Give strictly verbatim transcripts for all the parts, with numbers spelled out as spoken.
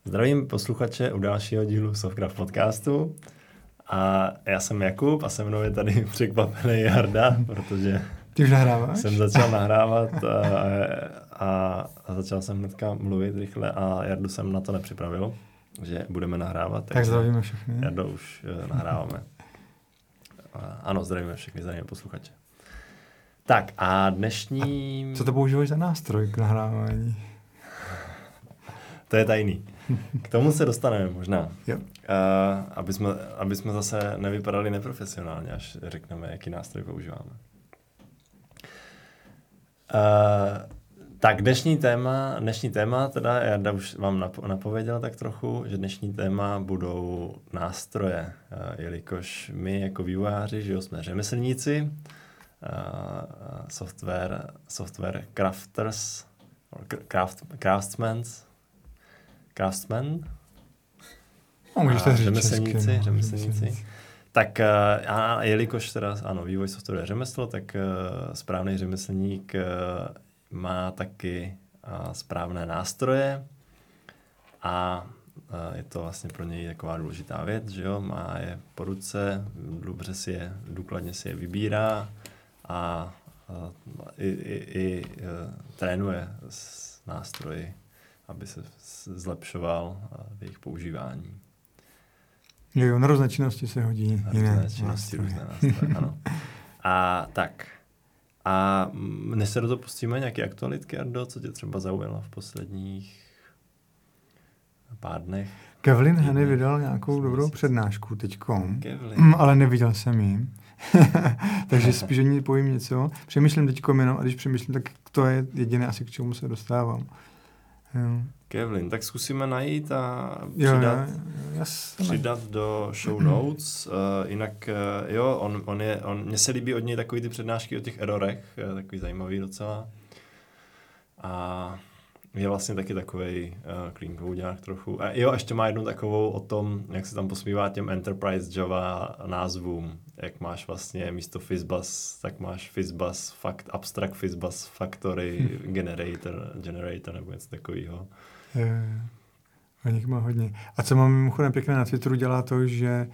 Zdravím posluchače u dalšího dílu Softcraft podcastu. A já jsem Jakub a se mnou je tady překvapený Jarda, protože Ty už nahráváš? jsem začal nahrávat a, a, a začal jsem hnedka mluvit rychle a Jardu jsem na to nepřipravil, že budeme nahrávat. Tak zdravíme všechny. Jardo, už uh, nahráváme. A, ano, zdravíme všechny, zdravíme posluchače. Tak a dnešní... A co to používáš za nástroj k nahrávání? To je tajný. K tomu se dostaneme možná. Jo. Uh, aby, jsme, aby jsme zase nevypadali neprofesionálně, až řekneme, jaký nástroj používáme. Uh, tak dnešní téma, dnešní téma, teda Jarda už vám napověděl tak trochu, že dnešní téma budou nástroje, uh, jelikož my jako vývojáři, že jo, jsme řemeslníci, uh, software, software crafters, craft, craftsmen, craftsmen, no, můžeš to říct řemeslníci, česky, no, řemeslníci. Tak a jelikož teda, ano, vývoj softwaru je řemeslo, tak uh, správný řemeslník uh, má taky uh, správné nástroje a uh, je to vlastně pro něj taková důležitá věc, že jo, má je po ruce, dobře si je, důkladně si je vybírá a uh, i, i, i uh, trénuje s nástroji, aby se zlepšoval uh, v jejich používání. Jo, jo, na různé činnosti se hodí. Na různé činnosti, různé nástroje, ano. A tak. A než se do toho pustíme, nějaké aktualitky, Ardo, co tě třeba zaujalo v posledních pár dnech? Kevlin Henny vydal nějakou dobrou přednášku teďkom, Kevlin. ale neviděl jsem ji. Takže spíš o ní povím něco. Přemýšlím teďkom jenom, a když přemýšlím, tak to je jediné asi, k čemu se dostávám. Jo. Kevlin, tak zkusíme najít a jo, přidat, jo, jo, přidat do show notes. Uh, jinak, uh, jo, on, on je, on, mně se líbí od něj takový ty přednášky o těch errorech, uh, takový zajímavý docela. A je vlastně taky takovej uh, clean codeák trochu. A jo, ještě má jednu takovou o tom, jak se tam posmívá těm Enterprise Java názvům. Jak máš vlastně místo Fizzbuzz, tak máš Fizzbuzz, fakt, Abstract Fizzbuzz Factory, Generator, Generator nebo něco takového. Jo, jo. A nich má hodně. A co mám mimochodem pěkné na Twitteru, dělá to, že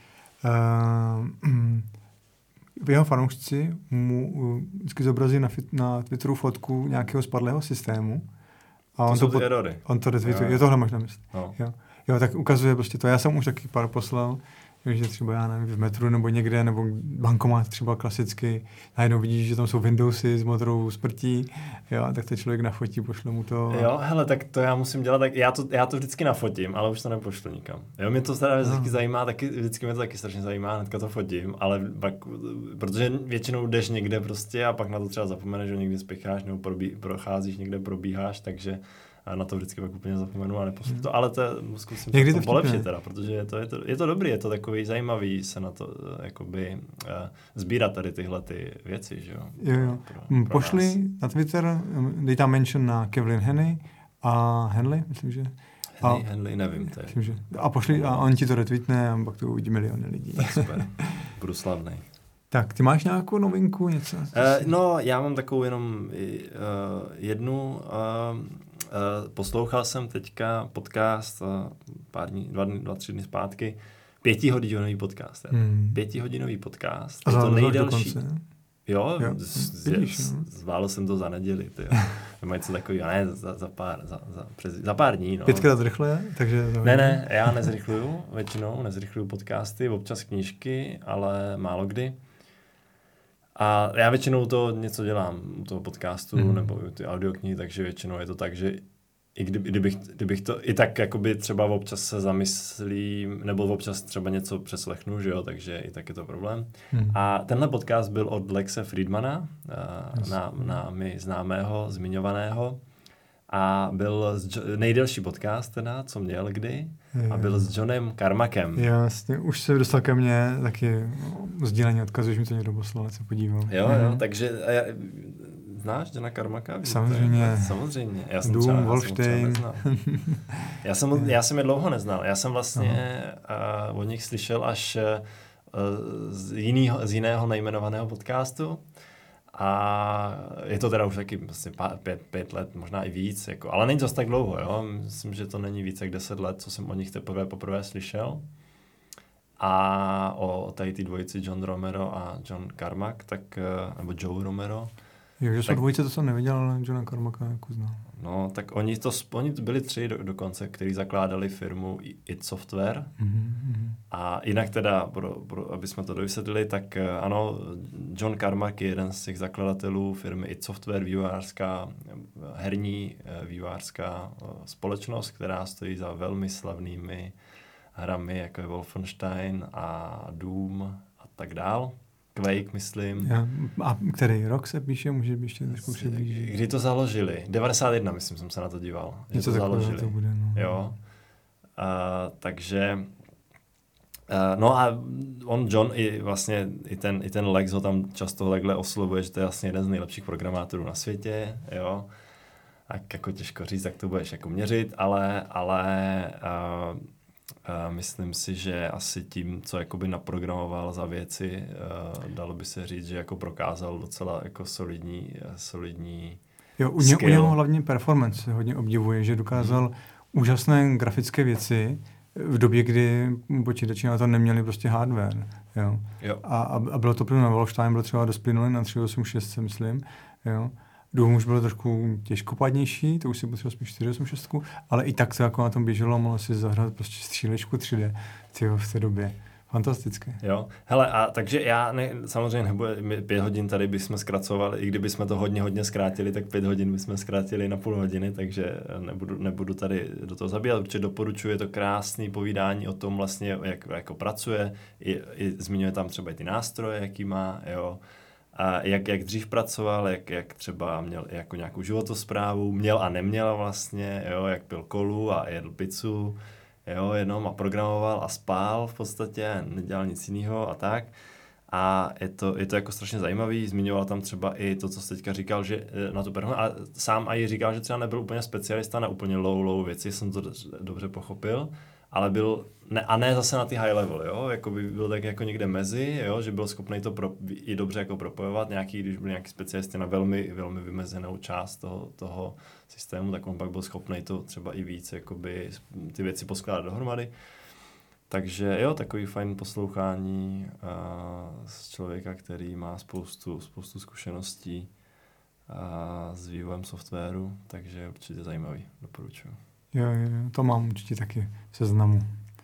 uh, jeho fanoušci mu uh, vždycky zobrazí na, fit, na Twitteru fotku nějakého spadlého systému. A to on jsou to ty erory. On to retweetuje. Je tohle možná myslet. No. Jo. jo, tak ukazuje prostě to. Já jsem už taky pár poslal, že třeba já nevím, v metru nebo někde, nebo bankomat třeba klasicky, najednou vidíš, že tam jsou Windowsy s motorou smrtí, jo, tak to člověk nafotí, pošle mu to. Jo, hele, tak to já musím dělat, tak já to, já to vždycky nafotím, ale už to nepošlu nikam. Jo, mě to teda vždycky no. zajímá, taky, vždycky mě to taky strašně zajímá, hnedka to fotím, ale pak, protože většinou jdeš někde prostě a pak na to třeba zapomeneš, že někdy spěcháš nebo probí, procházíš, někde probíháš, takže a na to vždycky pak úplně zapomenu a neposlu to, ale to zkusím někdy to to polepšit teda, protože je to, je, to, je to dobrý, je to takový zajímavý se na to jakoby uh, sbírat tady tyhle ty věci, že jo. Jo, jo. Pro, pro Pošli nás. na Twitter, dej tam mention na Kevlin Henny a Henley, myslím, že. Henley, Henley, nevím. To je. Myslím, že. A pošli, a on ti to retweetne a pak to uvidí miliony lidí. Tak super, budu slavnej. Tak, ty máš nějakou novinku, něco? Uh, no, já mám takovou jenom uh, jednu. Uh, Uh, poslouchal jsem teďka podcast uh, pár dní, dva, dny, dva, tři dny zpátky, pětihodinový podcast. Hmm. Pětihodinový podcast. A je to nejdelší. Dokonce, jo, jo. Z, Vidíš, z, no. Zvládl jsem to za neděli. Nebo něco takového, ne, za, za, pár, za, za, přes, za pár dní. No. Pětkrát zrychle, takže... Ne, ne, já nezrychluju většinou, nezrychluju podcasty, občas knížky, ale málo kdy. A já většinou to něco dělám u toho podcastu hmm. nebo ty audioknihy, takže většinou je to tak, že i kdyby, kdybych, kdybych to i tak jakoby třeba občas se zamyslím, nebo občas třeba něco přeslechnu, že jo, takže i tak je to problém. Hmm. A tenhle podcast byl od Lexe Friedmana, yes. na, na mi známého, zmiňovaného. A byl z, nejdelší podcast teda, co měl kdy, a byl s Johnem Carmackem. Jasně, už se dostal ke mně taky sdílení odkazu, že mi to někdo poslal, se podívám. Jo, jo, mm. takže já, znáš Johna Carmacka? Samozřejmě. Samozřejmě. Já jsem Dům, třeba, Wolfstein. Já jsem, já, já jsem je dlouho neznal. Já jsem vlastně uh, od nich slyšel až uh, z, jinýho, z jiného nejmenovaného podcastu. A je to teda už taky vlastně pět, pět let, možná i víc, jako, ale není to tak dlouho, jo? Myslím, že to není více jak deset let, co jsem o nich teprve poprvé slyšel. A o tady ty dvojici John Romero a John Carmack, tak, nebo Joe Romero. Jo, že jsou tak, dvojice, to jsem neviděl, ale Johna Carmacka jako znám. No, tak oni, to, oni byli tři do, dokonce, kteří zakládali firmu id Software. Mm-hmm. A jinak teda, pro, pro, aby jsme to dovysvětlili, tak ano, John Carmack je jeden z těch zakladatelů firmy id Software, vývojářská, herní vývojářská společnost, která stojí za velmi slavnými hrami, jako je Wolfenstein a Doom a tak dál. Quake, myslím. Ja, a který rok se píše? Může být ještě trošku přiblížit. Kdy to založili? devadesát jedna, myslím, jsem se na to díval. Něco to takové to bude, no. Jo. Uh, takže uh, no a on, John, i vlastně i ten, i ten Lex ho tam často takhle oslovuje, že to je vlastně jeden z nejlepších programátorů na světě, jo. Tak jako těžko říct, jak to budeš jako měřit, ale, ale uh, Uh, myslím si, že asi tím, co jakoby naprogramoval za věci, uh, dalo by se říct, že jako prokázal docela jako solidní, uh, solidní jo, u, ně, u něho hlavně performance hodně obdivuje, že dokázal hmm. úžasné grafické věci v době, kdy počítači na to neměli prostě hardware. Jo. Jo. A, a bylo to plně, Wolfenstein byl třeba dost plynulý na tři osm šest, myslím, jo. Doom už bylo trošku těžkopadnější, to už si potřeboval spíš čtyři osm šest, ale i tak to jako na tom běželo, mohlo si zahrát prostě střílečku tři dé tyjo, v té době. Fantastické. Jo, hele, a takže já ne, samozřejmě nebude, pět hodin tady bychom zkracovali, i kdyby jsme to hodně, hodně zkrátili, tak pět hodin bychom zkrátili na půl hodiny, takže nebudu, nebudu tady do toho zabíjat, určitě doporučuji, je to krásný povídání o tom vlastně, jak jako pracuje, i, i zmiňuje tam třeba i ty nástroje, jaký má, jo, a jak, jak dřív pracoval, jak, jak třeba měl jako nějakou životosprávu, měl a neměl vlastně, jo, jak pil kolu a jedl pizzu, jo, jenom a programoval a spál v podstatě, nedělal nic jiného a tak. A je to, je to jako strašně zajímavý, zmiňoval tam třeba i to, co jsi teďka říkal, že na tu performance, a sám i říkal, že třeba nebyl úplně specialista na úplně low, low věci, jsem to dobře pochopil, ale byl, ne, a ne zase na ty high level, jo, jako by byl tak jako někde mezi, jo, že byl schopný to pro, i dobře jako propojovat, nějaký, když byl nějaký specialista na velmi, velmi vymezenou část toho, toho systému, tak on pak byl schopný to třeba i víc, jakoby ty věci poskládat dohromady. Takže jo, takový fajn poslouchání uh, z člověka, který má spoustu, spoustu zkušeností uh, s vývojem softwaru, takže určitě zajímavý, doporučuji. Jo, jo, to mám určitě taky v seznamu.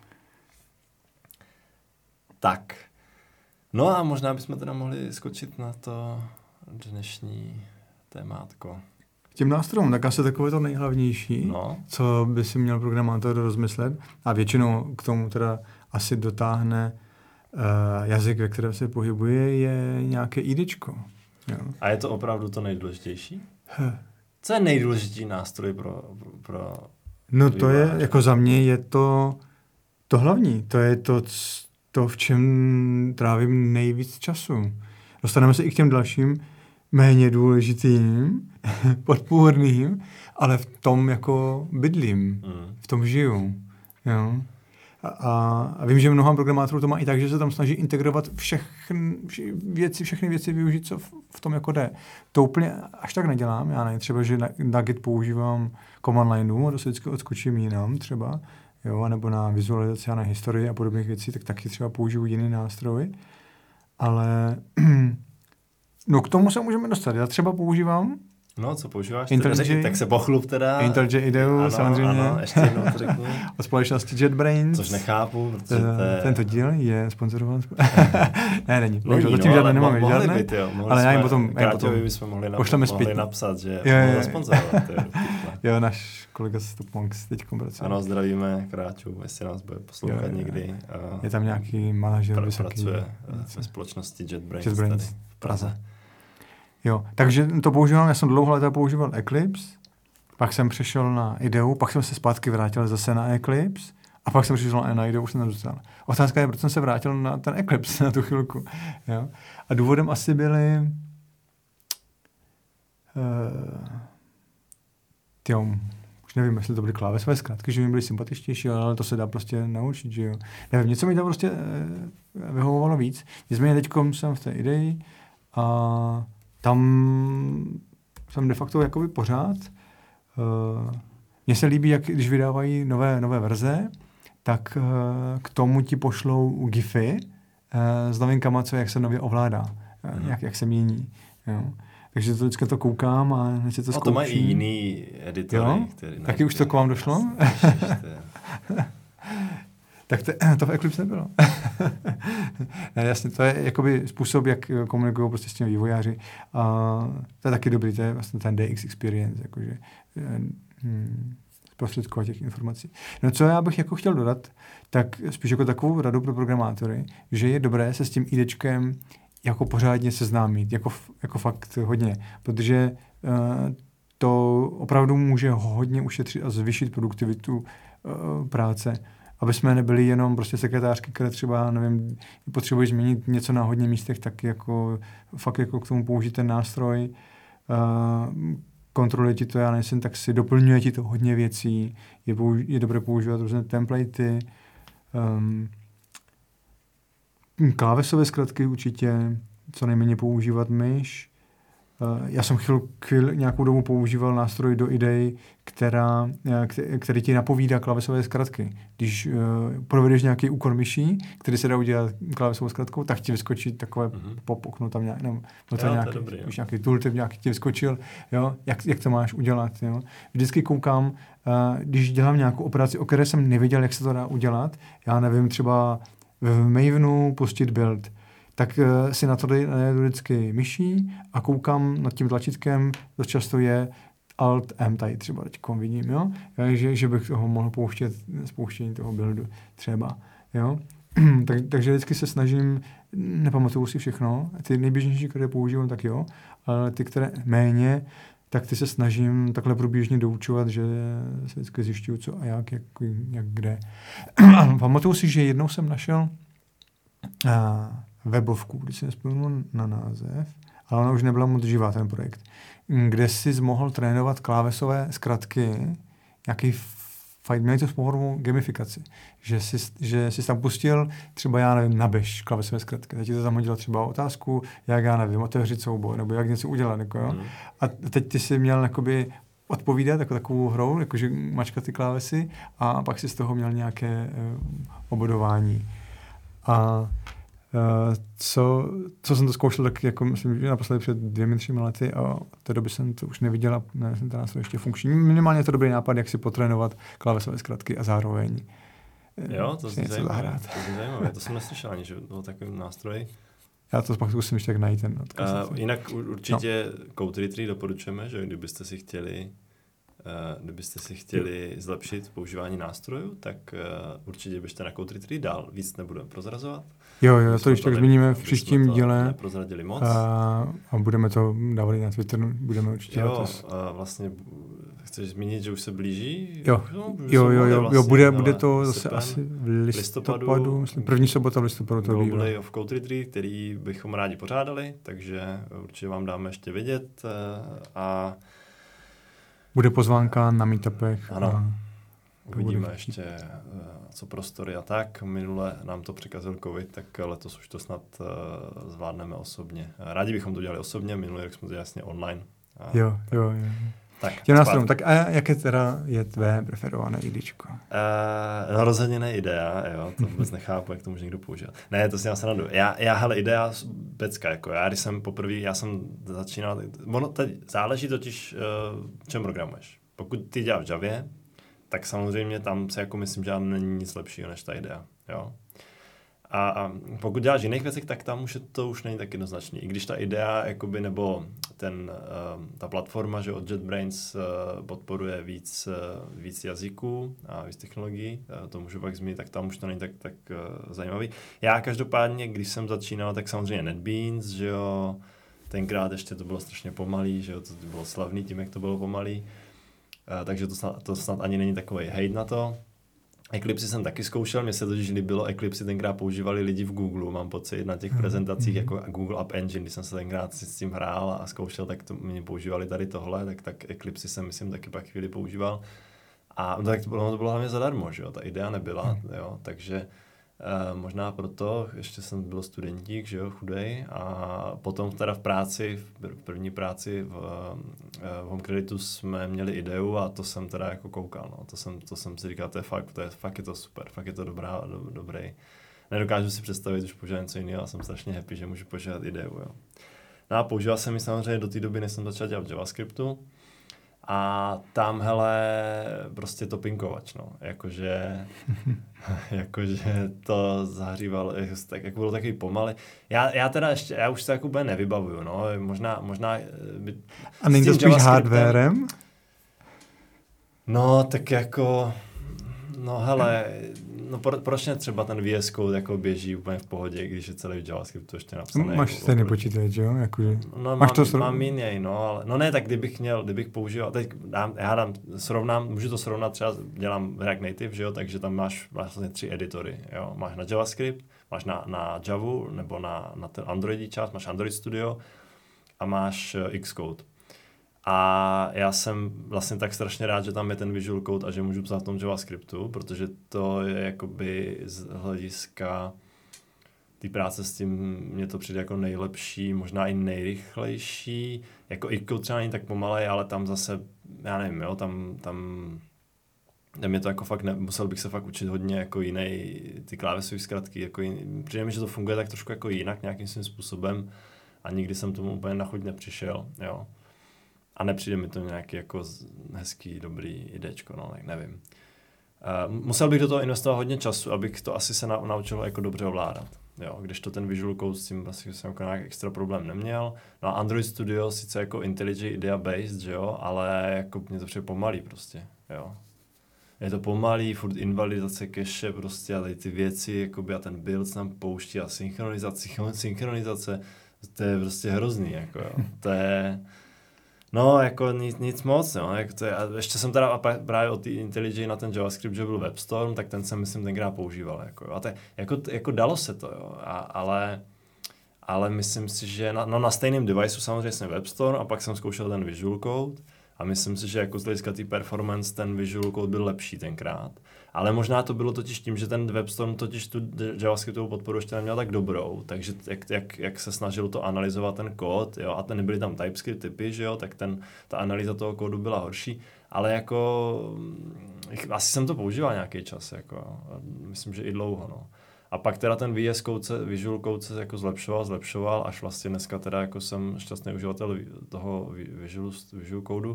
Tak, no a možná bychom teda mohli skočit na to dnešní témátko. K těm nástrojům, tak asi takové to nejhlavnější, no. co by si měl programátor rozmyslet, a většinou k tomu teda asi dotáhne uh, jazyk, ve kterém se pohybuje, je nějaké IDčko. Jo. A je to opravdu to nejdůležitější? Huh. Co je nejdůležitější nástroj pro... pro no to je, jako za mě je to to hlavní, to je to, to, v čem trávím nejvíc času. Dostaneme se i k těm dalším méně důležitým, podpůrným, ale v tom jako bydlím, mm. v tom žiju. Jo. A, a vím, že mnoha programátorů to má i tak, že se tam snaží integrovat všechny věci, všechny věci využít, co v, v tom jako jde. To úplně až tak nedělám. Já ne, třeba, že na, na Git používám command lineu a to se vždycky odskočím jinam třeba, jo, nebo na vizualizaci a na historii a podobných věcí, tak taky třeba použiju jiný nástroj. Ale no k tomu se můžeme dostat. Já třeba používám No, co používáš? IntelliJ, tak se pochlup teda. IntelliJ ideu, ano, samozřejmě. Ano, ještě jednou to řeknu. O společnosti JetBrains. Což nechápu, protože to je... Tento díl je sponzorován. ne, není. Není, no, no, ale nemáme mohli žádné. Být, jo. Mohli ale já jim jsme, potom... Kráťovi bychom mohli, nap- mohli napsat, že mohli zasponzorovat. Jo, náš kolega z Topmonks teďkom pracuje. Ano, zdravíme Kráťu, jestli nás bude poslouchat jo, někdy. Je tam nějaký manažer vysoký. Pracuje ve společnosti JetBrains, JetBrains tady v Praze. Jo, takže to používal, já jsem dlouho leta používal Eclipse, pak jsem přešel na ideu, pak jsem se zpátky vrátil zase na Eclipse a pak jsem přišel na ideu, už jsem tam zůstal. Otázka je, proč jsem se vrátil na ten Eclipse na tu chvilku. Jo? A důvodem asi byly uh, tyjo, už nevím, jestli to byly klávesové zkrátky, že mi byly sympatičtější, ale to se dá prostě naučit, že jo. Nevím, něco mi to prostě uh, vyhovovalo víc. Nicméně teďkom jsem v té ideji a tam jsem de facto jakoby pořád. Uh, Mně se líbí, jak když vydávají nové, nové verze, tak uh, k tomu ti pošlou gify uh, s novinkama, co jak se nově ovládá, uh, jak, jak se mění. Jo. Takže to vždycky to koukám a hned si to zkouším. No to mají i jiný editory. Který taky už to k vám došlo? Tak to, to v Eclipse nebylo. Ne, jasně, to je jakoby způsob, jak komunikují prostě s těmi vývojáři. A to je taky dobrý, to je vlastně ten D X experience, jakože hmm, zprostředkovat těch informací. No co já bych jako chtěl dodat, tak spíš jako takovou radu pro programátory, že je dobré se s tím IDčkem jako pořádně seznámit, jako, jako fakt hodně, protože uh, to opravdu může hodně ušetřit a zvýšit produktivitu uh, práce, aby jsme nebyli jenom prostě sekretářky, které třeba, nevím, potřebují změnit něco na hodně místech, tak jako fakt jako k tomu použít ten nástroj, uh, kontroluje ti to, já nejsem, tak si doplňuje ti to hodně věcí, je, použ- je dobré používat různé templatey, um, klávesové zkratky určitě, co nejméně používat myš. Uh, já jsem chvíl, chvíl nějakou dobu používal nástroj do idei, která, který ti napovídá klávesové zkratky. Když uh, provedeš nějaký úkon myší, který se dá udělat klávesovou zkratkou, tak ti vyskočí takové mm-hmm. pop okno tam nějak, no, no to jo, nějaký, to dobrý, už nějaký tooltip nějaký ti vyskočil, jo, jak, jak to máš udělat. Jo. Vždycky koukám, uh, když dělám nějakou operaci, o které jsem nevěděl, jak se to dá udělat, já nevím, třeba v Mavenu pustit build, tak uh, si na to najdu vždycky myší a koukám nad tím tlačítkem, dost často je Alt M tady třeba teďkom vidím, jo? Že, že bych toho mohl pouštět, spouštění toho buildu třeba, jo? tak, takže vždycky se snažím, nepamatuju si všechno, ty nejběžnější, které používám, tak jo, ale ty, které méně, tak ty se snažím takhle průběžně doučovat, že se vždycky zjišťuju, co a jak, jak, jak kde. Pamatuju si, že jednou jsem našel uh, webovku, když si nespomínám na název, ale ona už nebyla moc živá, ten projekt, kde jsi mohl trénovat klávesové zkratky, nějaký fight, měli to s formou gamifikaci, že jsi, že jsi tam pustil třeba, já nevím, naběž klávesové zkratky, teď ti to tam hodilo třeba otázku, jak já nevím, otevřít souboj, nebo jak něco udělat, jako, jo? Mm. A teď ty jsi měl jakoby odpovídat jako takovou hrou, jakože mačkat ty klávesy a pak si z toho měl nějaké uh, obodování. A Uh, co, co jsem to zkoušel, tak jako myslím, že naposledy před dvěmi, třemi lety a v té doby jsem to už neviděl a ne, jsem ten nástroj ještě funkční. Minimálně je to dobrý nápad, jak si potrénovat klávesové zkratky a zároveň jo, to zní zajímavé. To, zajímavé. To jsem neslyšel ani, že o takovém nástroji. Já to pak zkusím ještě tak najít ten odkaz. Uh, jinak určitě no. Code Retreat doporučujeme, že kdybyste si chtěli Uh, kdybyste si chtěli jo. zlepšit používání nástrojů, tak uh, určitě běžte na Code Retreat dál. Víc nebudeme prozrazovat. Jo, jo, to ještě tak zmíníme v příštím díle. Neprozradili moc. A, a budeme to dávat na Twitter, budeme určitě. Jo, a vlastně chceš zmínit, že už se blíží? Jo, no, jo, jo, jo, vlastně, jo, bude, bude to zase listopad, asi v listopadu, listopadu myslím, první sobota v listopadu. To Global Day of Code Retreat, který bychom rádi pořádali, takže určitě vám dáme ještě vědět a bude pozvánka na meetupech. Ano. A uvidíme ještě, co prostory a tak. Minule nám to překazil covid, tak letos už to snad uh, zvládneme osobně. Rádi bychom to dělali osobně, minulý rok jsme to jasně online. A jo, tak, jo, jo. Tak, nástrojům. Tak a jaké teda je tvé preferované IDčko? Uh, no rozhodně ne idea, jo, to vůbec nechápu, jak to může někdo používat. Ne, to si já se nadu. Já, já, hele, idea pecka, jako já, když jsem poprvé, já jsem začínal, ono teď záleží totiž, uh, čem programuješ. Pokud ty děláš v Javě, tak samozřejmě tam se jako myslím, že není nic lepšího než ta idea, jo. A, a pokud děláš v jiných věcech, tak tam už je to už není tak jednoznačný. I když ta idea, jakoby, nebo ten, uh, ta platforma, že od JetBrains uh, podporuje víc, uh, víc jazyků a víc technologií, uh, to můžu pak zmínit, tak tam už to není tak, tak uh, zajímavý. Já každopádně, když jsem začínal, tak samozřejmě NetBeans, že jo, tenkrát ještě to bylo strašně pomalý, že jo, to bylo slavný tím, jak to bylo pomalý, uh, takže to snad, to snad ani není takovej hejt na to. Eclipse jsem taky zkoušel, mně se totiž líbilo, Eclipse tenkrát používali lidi v Google, mám pocit na těch prezentacích jako Google App Engine, když jsem se tenkrát s tím hrál a zkoušel, tak to mě používali tady tohle, tak, tak Eclipse jsem myslím taky pak chvíli používal. A tak to bylo, to bylo hlavně zadarmo, že jo, ta idea nebyla, jo, takže Uh, možná proto, ještě jsem byl studentík, že jo, chudej, a potom teda v práci, v první práci v, v Home Creditu jsme měli ideu a to jsem teda jako koukal, no. To jsem, to jsem si říkal, to je fakt, to je, fakt je to super, fakt je to dobrá, do, dobrý. Nedokážu si představit, už používat něco jiného, a jsem strašně happy, že můžu používat ideu, jo. No a používal jsem ji samozřejmě do té doby, než jsem začal dělat v JavaScriptu. A tam, hele, prostě to pinkovač, no. Jakože, jakože to zahřívalo, tak jako bylo takový pomalý. Já, já teda ještě, já už se jako úplně nevybavuju, no. Možná, možná... By, a není to spíš hardwarem? No, tak jako... No hele, no pro, proč ne třeba ten V S Code jako běží úplně v pohodě, když je celý v JavaScriptu ještě napsaný. Máš jako, stejný počítač, jo? Jakože, no, máš mám, to srov... mám jiný, no, ale, no ne, tak kdybych měl, kdybych používal, teď dám, já dám, srovnám, můžu to srovnat, třeba dělám React Native, že jo, takže tam máš vlastně tři editory, jo, máš na JavaScript, máš na, na Javu, nebo na, na ten Androidí část, máš Android Studio a máš uh, Xcode. A já jsem vlastně tak strašně rád, že tam je ten Visual Code a že můžu psát v tom JavaScriptu, protože to je jakoby z hlediska té práce s tím, mně to přijde jako nejlepší, možná i nejrychlejší. Jako Xcode třeba není tak pomalej, ale tam zase, já nevím, jo, tam, tam, tam je to jako fakt, ne, musel bych se fakt učit hodně jako jiný, ty klávesové zkratky, jako jiný, přijde mi, že to funguje tak trošku jako jinak, nějakým svým způsobem a nikdy jsem tomu úplně na chuť nepřišel, jo. A nepřijde mi to nějaký jako hezký, dobrý idečko, no, tak nevím. Uh, musel bych do toho investovat hodně času, abych to asi se na, naučil jako dobře ovládat. Jo, když to ten Visual Code s tím asi jsem jako nějak extra problém neměl. No a Android Studio sice jako IntelliJ IDEA based, že jo, ale jako mě to přijde pomalý prostě, jo. Je to pomalý, furt invalidace cache prostě a tady ty věci, jakoby a ten build tam pouští a synchronizace, synchronizace, to je prostě hrozný, jako jo. To je... No, jako nic, nic moc, no, jako to je, a ještě jsem teda právě od té IntelliJ na ten JavaScript, že byl WebStorm, tak ten jsem, myslím, tenkrát používal, jako jo, a to, jako, jako dalo se to, jo, a, ale, ale myslím si, že na, no, na stejném deviceu samozřejmě jsem WebStorm a pak jsem zkoušel ten Visual Code a myslím si, že jako z hlediska té performance ten Visual Code byl lepší tenkrát, ale možná to bylo totiž tím, že ten WebStorm totiž tu JavaScriptovou podporu ještě neměl tak dobrou, takže jak, jak, jak se snažil to analyzovat ten kód, jo, a ten nebyly tam TypeScript typy, že jo, tak ten, ta analýza toho kódu byla horší, ale jako asi jsem to používal nějaký čas, jako, myslím, že i dlouho, no. A pak teda ten V S Code se, Visual Code se jako zlepšoval, zlepšoval, až vlastně dneska teda jako jsem šťastný uživatel toho Visual, Visual Codeu.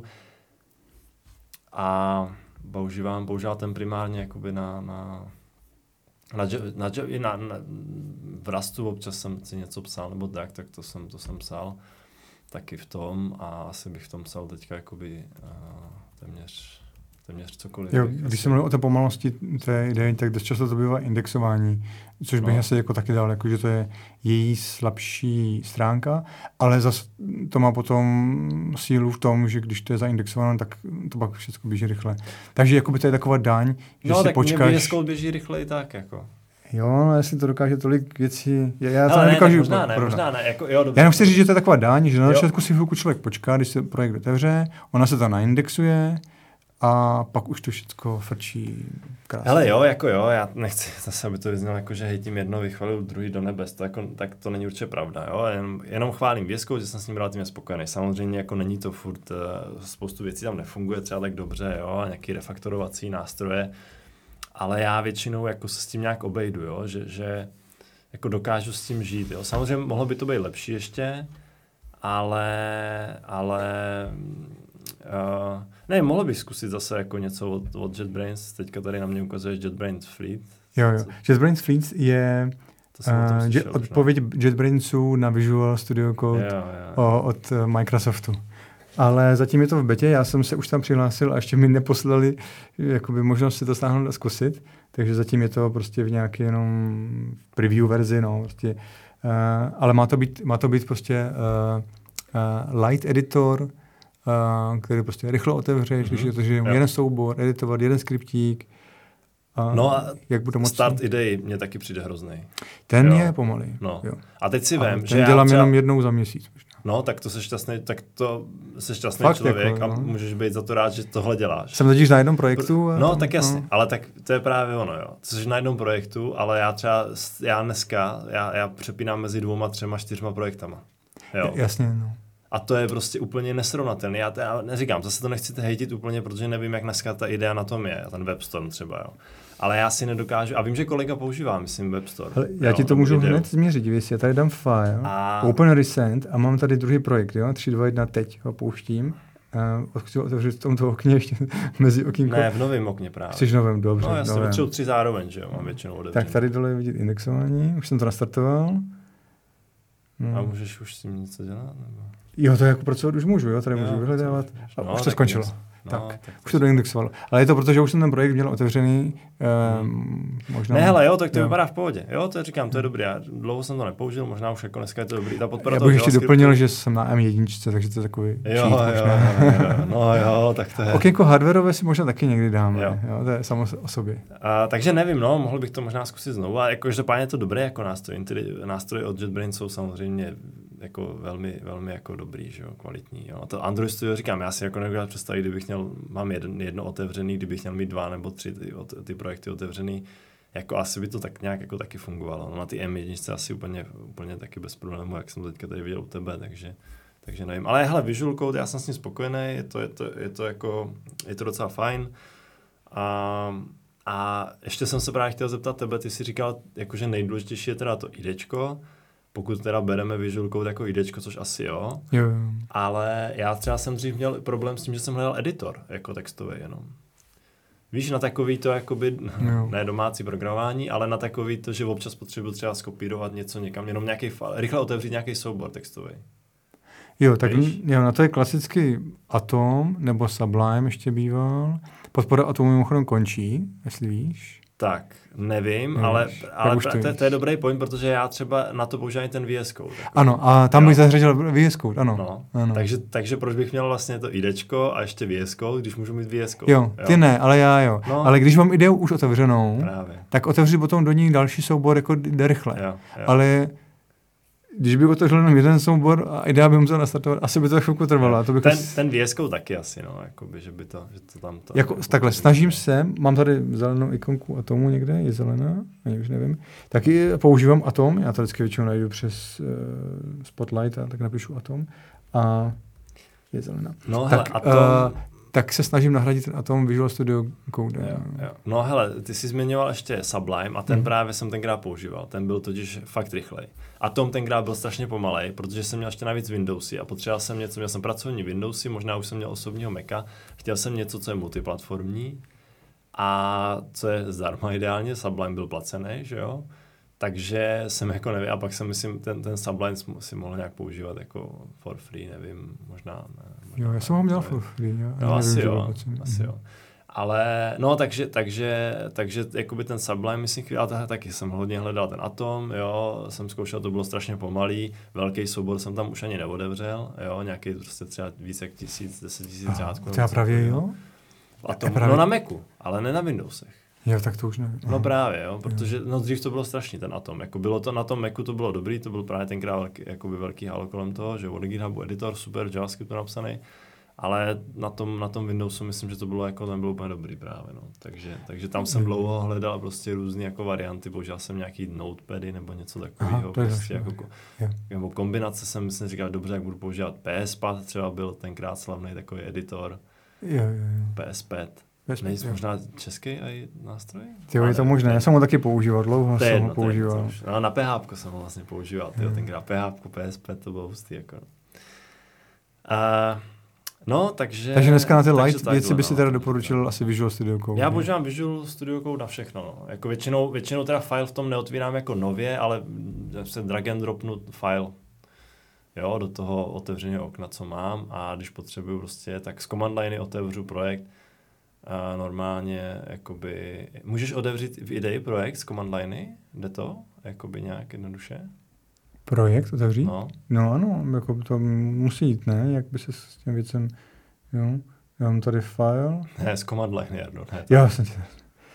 A používám, používám ten primárně jakoby na, na, na, na, na, na v Rustu občas jsem si něco psal, nebo tak, tak to jsem, to jsem psal taky v tom a asi bych v tom psal teďka jakoby uh, téměř téměř cokoliv. Jo, když jsem mluvil o té pomalosti té ideje, tak dost často to bývá indexování, což bych no. asi jako taky dal, jako, že to je její slabší stránka, ale zase to má potom sílu v tom, že když to je zaindexované, tak to pak všechno běží rychle. Takže jakoby to je taková daň, že no, si tak počkáš... No, tak mě běží rychle i tak, jako. Jo, no jestli to dokáže tolik věcí... Já, já to ale nedokážu... Ne, možná ne, možná ne, jako, jo, dobře. Já jenom chci říct, že to je taková daň, že na začátku si chvilku člověk počká, když se projekt otevře, ona se tam naindexuje, a pak už to všechno frčí krásně. Hele jo, jako jo, já nechci zase, aby to vyznalo jako, že hejtím jedno, vychvalil druhý do nebes, to jako, tak to není určitě pravda, jo, jenom, jenom chválím V S Code, že jsem s ním relativně spokojený. Samozřejmě jako není to furt, spoustu věcí tam nefunguje třeba tak dobře, jo, a nějaký refaktorovací nástroje, ale já většinou jako se s tím nějak obejdu, jo, že, že jako dokážu s tím žít, jo. Samozřejmě mohlo by to být lepší ještě, ale, ale Uh, ne, mohl bych zkusit zase jako něco od, od JetBrains, teďka tady na mě ukazuješ JetBrains Fleet. Jo, jo. JetBrains Fleet je uh, je odpověď no. JetBrainsů na Visual Studio Code jo, jo. O, od uh, Microsoftu. Ale zatím je to v betě, já jsem se už tam přihlásil a ještě mi neposlali jakoby možnost si to stáhnout a zkusit, takže zatím je to prostě v nějaké jenom preview verzi, no, prostě, uh, ale má to být, má to být prostě uh, uh, light editor, Uh, který prostě rychle otevřeš, mm-hmm. když je to jeden soubor, editovat jeden skriptík. Uh, no a jak bude moc start idei mě taky přijde hrozný. Ten jo. je pomalý. No. Jo. A teď si vem, ten že já dělám třeba... jenom jednou za měsíc. Možná. No, tak to jsi šťastný, tak to jsi šťastný Fakt člověk jako, a no. můžeš být za to rád, že tohle děláš. Jsem totiž na jednom projektu. No, tam, tak jasně, no. ale tak to je právě ono, jo. Jsi na jednom projektu, ale já třeba, já dneska, já, já přepínám mezi dvouma, třema, čtyřma projektama. Jo. Jasně, no. A to je prostě úplně nesrovnatelné. Já, já neříkám, zase to nechci hejtit úplně, protože nevím, jak dneska ta idea na tom je, ten WebStorm třeba, jo. Ale já si nedokážu, a vím, že kolega používá, myslím, WebStorm. Hele, já jo, ti to můžu ideu. hned změřit, víš, já tady dám file, a... open recent a mám tady druhý projekt, jo, tři, dva, jedna, teď ho pouštím. Uh, chci otevřít v tomto okně ještě mezi okýnko. Ne, v novém okně právě. Chceš novém, dobře. No, já jsem novém. potřebuji tři zároveň, že jo, mám většinou otevřený. Tak tady dole je vidět indexování, už jsem to nastartoval. No. A můžeš už s tím něco dělat? Nebo? Jo, to jako pracovat už můžu, jo, tady jo, můžu vyhledávat. A no, už to skončilo. No, tak, tak už to doindexovalo. Ale je to proto, že už jsem ten projekt měl otevřený. Hmm. Um, možná, ne, hele, jo, tak to jo. vypadá v pohodě. Jo, to říkám, to je dobrý. Já dlouho jsem to nepoužil, možná už jako dneska je to dobrý. Ta podpora Já toho bych ještě JavaScriptu- doplnil, že jsem na em jedna, takže to je takový Jo, cheat jo, možná. jo, jo, no jo, tak to je. Okénko hardwareové si možná taky někdy dáme, Jo. jo, to je samo o sobě. A, takže nevím, no, mohl bych to možná zkusit znovu. A jakože páně je to dobré jako nástroj. Ty nástroje od JetBrains jsou samozřejmě jako velmi, velmi jako dobrý, že jo, kvalitní. Jo. A to Android Studio, říkám, já si jako nedokážu představit, kdybych měl, mám jeden, jedno otevřený, kdybych měl mít dva nebo tři ty, ty projekty otevřený, jako asi by to tak nějak jako taky fungovalo. No, na ty em jedna asi úplně, úplně taky bez problémů, jak jsem teďka tady viděl u tebe, takže, takže nevím. Ale hele, Visual Code, já jsem s ním spokojený, je to, je to, je to jako, je to docela fajn. A, a ještě jsem se právě chtěl zeptat tebe, ty jsi říkal, jakože nejdůležitější je teda to idečko, pokud teda bereme Visual Code jako idečko, což asi jo, jo, jo. ale já třeba jsem dřív měl problém s tím, že jsem hledal editor jako textový jenom. Víš, na takový to jakoby, jo. ne domácí programování, ale na takový to, že občas potřebuji třeba skopírovat něco někam, jenom nějaký file, rychle otevřít nějaký soubor textový. Jo, tak Víš? jo, na to je klasický Atom, nebo Sublime ještě býval. Podpora Atomu mimochodem končí, jestli víš. Tak, nevím, Nevíš, ale, ale to, to, to je dobrý point, protože já třeba na to používám ten V S Code. Jako. Ano, a tam jo. bych zařadil V S Code, ano. No, ano. Takže, takže proč bych měl vlastně to IDčko a ještě V S Code, když můžu mít V S Code? Jo, ty jo? Ne, ale já jo. No. Ale když mám ideu už otevřenou, Právě. tak otevřít potom do ní další soubor jako jde rychle. Jo, jo. Ale když bych otevřel jenom jeden soubor a idea by musel nastartovat, asi by to chvilku trvalo. To bych ten, as... ten V S Code taky asi, no, jakoby, že by to, že to tam... To, jako, takhle, snažím se, mám tady zelenou ikonku Atomu někde, je zelená, ani už nevím, taky používám Atom, já to vždycky většinou najdu přes uh, Spotlight a tak napíšu Atom a je zelená. No, tak, hele, Atom... uh, tak se snažím nahradit ten Atom Visual Studio Code. Jo, jo. No hele, ty jsi zmiňoval ještě Sublime a ten hmm. právě jsem tenkrát používal. Ten byl totiž fakt rychlej. Atom tenkrát byl strašně pomalej, protože jsem měl ještě navíc Windowsy a potřeboval jsem něco, měl jsem pracovní Windowsy, možná už jsem měl osobního Maca, chtěl jsem něco, co je multiplatformní a co je zdarma ideálně, Sublime byl placený, že jo? Takže jsem jako nevím, a pak jsem myslím, ten, ten Sublime si mohl nějak používat jako for free, nevím, možná ne. Možná Jo, já jsem ho měl for free, jo. No, asi nevím, jo, asi jo. Ale, no, takže, takže, takže, jakoby ten Sublime, myslím, chvíli, ale taky jsem hodně hledal ten Atom, jo, jsem zkoušel, to bylo strašně pomalý, velký soubor jsem tam už ani neodevřel, jo, nějaký prostě třeba víc jak tisíc, deset tisíc řádků. Třeba právě jo? Atom, právě... no na Macu, ale ne na Windowsech. Jo, tak to už nevím. No právě, jo, protože no dřív to bylo strašný, ten Atom, jako bylo to na tom Macu, to bylo dobrý, to byl právě tenkrát velký, jakoby velký halo kolem toho, že od GitHubu editor, super, JavaScript napsaný, ale na tom, na tom Windowsu myslím, že to bylo jako, ten byl úplně dobrý právě, no, takže, takže tam jsem dlouho hledal prostě různé jako varianty, používal jsem nějaký notepady nebo něco takového, prostě jako, nebo kombinace jsem myslím říkal, dobře, jak budu používat P S Pad, třeba byl tenkrát slavný takový editor, jo, jo, jo. P S Pad. Nejsi možná český i nástroj? Jo, je to možné, já jsem ho taky používal, dlouho jsem jedno, ho používal. No, na P H P jsem ho vlastně používal, tyjo, tenkrát P H P, P S P, to bylo hustý, jako. Uh, no, takže... Takže dneska na ty light takhle, věci by si no, teda doporučil asi Visual Studio Code. Já používám Visual Studio Code na všechno, no. Jako většinou, většinou teda file v tom neotvírám jako nově, ale se drag and dropnu file. Jo, do toho otevřeného okna, co mám, a když potřebuju prostě, tak z command liney otevřu projekt. A normálně, jakoby, můžeš otevřít v idei projekt z command liney? Jde to? Jakoby nějak jednoduše? Projekt otevřít? No. No ano, jako to musí jít, ne? Jak by se s tím věcem, jo? Já mám tady file. Ne, z command liney, Jarno, ne. Já jsem tě...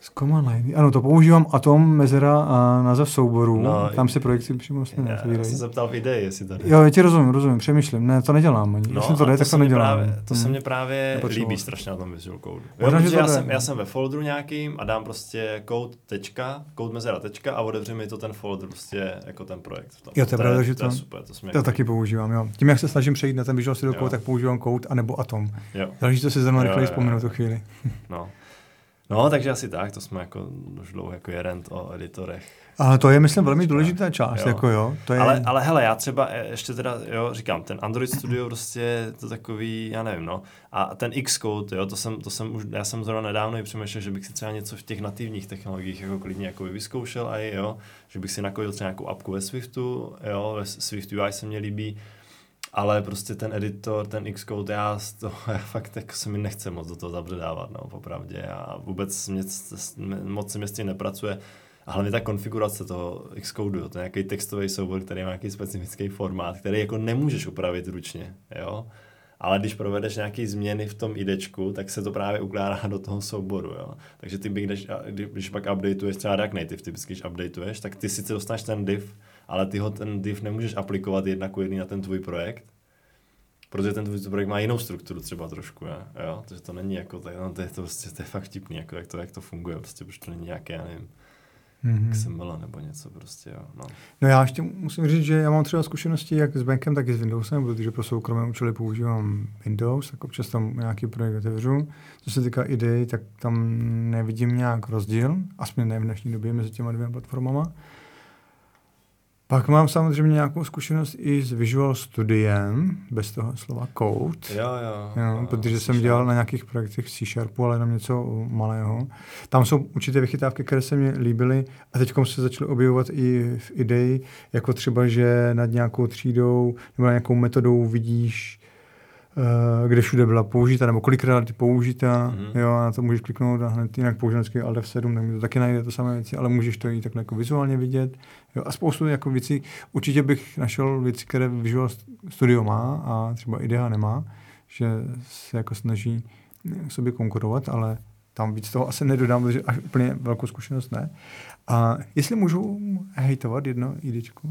Z command line. Ano, to používám Atom, mezera a název souboru. No, tam si projekci přímo vlastně neotvírají. Já jsem se zeptal v ideji, jestli tady. Jo, já ti rozumím, rozumím, přemýšlím. Ne, to nedělám ani. No, jestli to jde, tak to nedělám. Právě, to hmm. se mně právě líbí strašně na tom Visual Code. Jo, Možná, protože já, jde, jsem, no. já jsem ve folderu nějakým a dám prostě code tečka, code mezera tečka a otevře mi to ten folder prostě jako ten projekt. Tam. Jo, to je pravda, že to, to je super. To, to taky používám, jo. Tím, jak se snažím přejít na ten Visual Studio Code, tak používám Code anebo Atom. Další to si zrovna rychleji vzpomenu tu chvíli. No. No, takže asi tak, to jsme jako už dlouho jako je rent o editorech. Ale to je, myslím, velmi důležitá část, jo. jako jo. To je... ale, ale hele, já třeba ještě teda, jo, říkám, ten Android Studio prostě to takový, já nevím, no. A ten Xcode, jo, to jsem, to jsem už, já jsem zrovna nedávno i přemýšlel, že bych si třeba něco v těch nativních technologiích jako klidně jako vyzkoušel a jo, že bych si nakodil třeba nějakou apku ve Swiftu, jo, ve Swift U I se mně líbí. Ale prostě ten editor, ten Xcode, já, to, já fakt jako se mi nechce moc do toho zabředávat, no, popravdě. A vůbec mě, moc se mi s tím nepracuje. A hlavně ta konfigurace toho Xcode, to je nějaký textový soubor, který má nějaký specifický formát, který jako nemůžeš upravit ručně, jo. Ale když provedeš nějaké změny v tom idečku, tak se to právě ukládá do toho souboru, jo. Takže ty, když, když pak updateuješ třeba React Native, typicky, když updateuješ, tak ty sice dostaneš ten div, ale ty ho ten div nemůžeš aplikovat jedna ku jedný na ten tvůj projekt, protože ten tvůj projekt má jinou strukturu třeba trošku, jo. jo? Takže to není jako, tak, no, to, je to, prostě, to je fakt vtipný, jako, jak, to, jak to funguje, prostě, protože to není nějaké, já nevím, mm-hmm. X M L nebo něco prostě, jo. No. no já ještě musím říct, že já mám třeba zkušenosti jak s Bankem, tak i s Windowsem, protože pro soukromé účely používám Windows, tak občas tam nějaký projekt otevřu. Co se týká idei, tak tam nevidím nějak rozdíl, aspoň ne v dnešní době mezi těma dvěma platformama. Pak mám samozřejmě nějakou zkušenost i s Visual Studiem, bez toho slova code. Jo, jo. jo, jo protože jsem dělal na nějakých projektech v C Sharpu, ale na něco malého. Tam jsou určité vychytávky, které se mi líbily a teď se začaly objevovat i v idei, jako třeba, že nad nějakou třídou nebo nějakou metodou vidíš, kde všude byla použita, nebo kolikrát použita, mm-hmm. jo, na to můžeš kliknout a hned jinak použít vždycky Alt F sedm, tak mi to taky najde to samé věci, ale můžeš to i takhle jako vizuálně vidět, jo, a spoustu jako věcí, určitě bych našel věci, které Visual Studio má a třeba Idea nemá, že se jako snaží sobě konkurovat, ale tam víc toho asi nedodám, protože až úplně velkou zkušenost ne. A jestli můžu hejtovat jedno IDčko,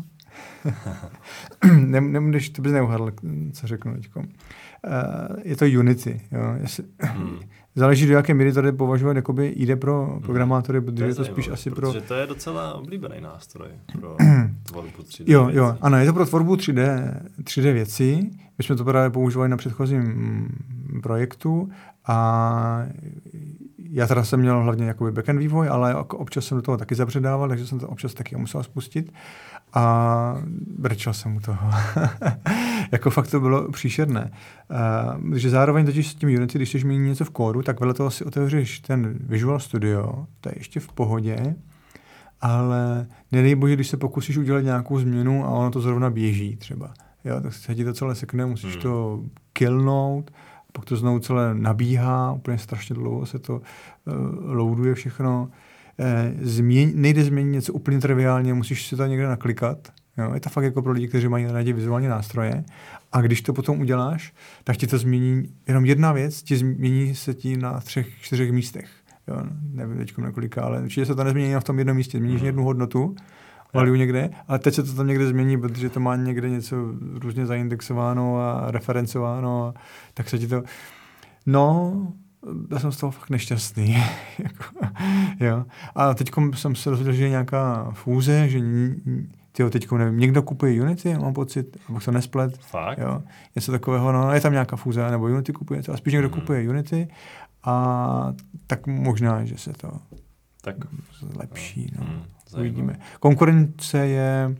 Nemůžeš, to bys neuhadl, co řeknu teďko. Uh, je to Unity. Jo. Jestli, hmm. Záleží, do jaké míry to jde považovat jakoby I D pro programátory, protože to je to spíš asi pro... Protože to je docela oblíbený nástroj pro tvorbu tři D Jo, věcí. jo, ano, je to pro tvorbu tři D, tři D věcí. My jsme to právě používali na předchozím projektu a já teda jsem měl hlavně jakoby backend vývoj, ale občas jsem do toho taky zabředával, takže jsem to občas taky musel spustit. A brečel jsem u toho. Jako fakt to bylo příšerné. Uh, že zároveň totiž s tím Unity, když chceš měnit něco v kódu, tak vedle toho si otevřeš ten Visual Studio, to je ještě v pohodě, ale nedej bože, když se pokusíš udělat nějakou změnu a ono to zrovna běží třeba. Jo, tak se ti to celé sekne, musíš hmm. to killnout, pak to znovu celé nabíhá, úplně strašně dlouho se to uh, loaduje všechno. Změň, nejde změnit něco úplně triviálně, musíš si to někde naklikat. Jo? Je to fakt jako pro lidi, kteří mají rádi vizuální nástroje. A když to potom uděláš, tak ti to změní, jenom jedna věc, ti změní se ti na třech, čtyřech místech. Jo? Nevím teďko několika, ale určitě se to nezmění jenom v tom jednom místě. Změníš mm. jednu hodnotu, value někde, ale teď se to tam někde změní, protože to má někde něco různě zaindexováno a referencováno, a tak se ti to... No... Já jsem z toho fakt nešťastný. jo. A teď jsem se rozhodl, že je nějaká fúze, že tyjo, teď nevím, někdo kupuje Unity, mám pocit, abych to nesplet. Fakt? Jo. Něco takového, no, je tam nějaká fúze, nebo Unity kupuje, a spíš někdo mm. kupuje Unity a tak možná, že se to tak zlepší. No. Mm, uvidíme. Konkurence je